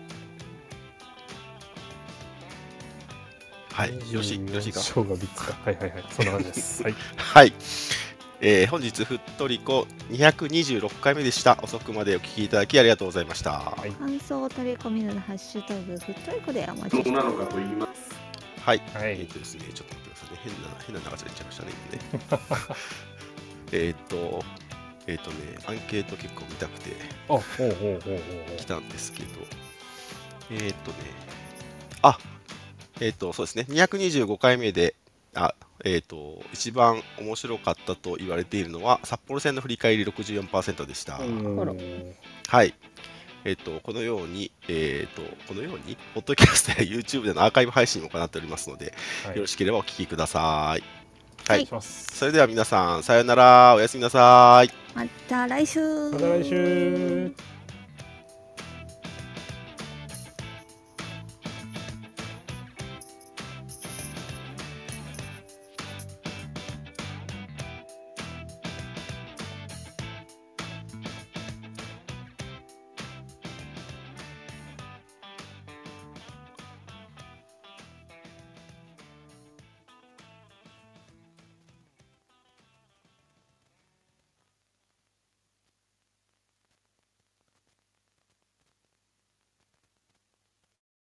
Speaker 2: はい。よし、よしが。
Speaker 1: 勝がみっつか。はいはいはい。そんな感じです。はい。
Speaker 2: はい。えー本日、ふっとりこにひゃくにじゅうろっかいめでした。遅くまでお聞きいただきありがとうございました。
Speaker 1: はい
Speaker 3: 感想を取り込みのハッシュタグふっとりこでお待ちして
Speaker 5: どうなのかと言います。
Speaker 2: はい。
Speaker 1: はい
Speaker 2: えっ、とですね、ちょっと待ってくださいね。変な、変な長さ言っちゃいましたね、今ね。えっと、えっとね、アンケート結構見たくて
Speaker 1: あ、ほうほうほうほうほう。
Speaker 2: 来たんですけど、えっ、とね、あ、えっ、と、そうですね、にひゃくにじゅうごかいめで、あ、えっ、と、一番面白かったと言われているのは、札幌戦の振り返り ろくじゅうよんパーセント でした。
Speaker 3: あら
Speaker 2: はい。えっ、と、このように、えっ、と、このように、ポッドキャストや YouTube でのアーカイブ配信も行っておりますので、
Speaker 1: はい
Speaker 2: よろしければお聞きください。
Speaker 1: お願い
Speaker 2: はい。
Speaker 1: します。
Speaker 2: それでは皆さん、さようなら、おやすみなさい。
Speaker 3: また来週
Speaker 1: また来週。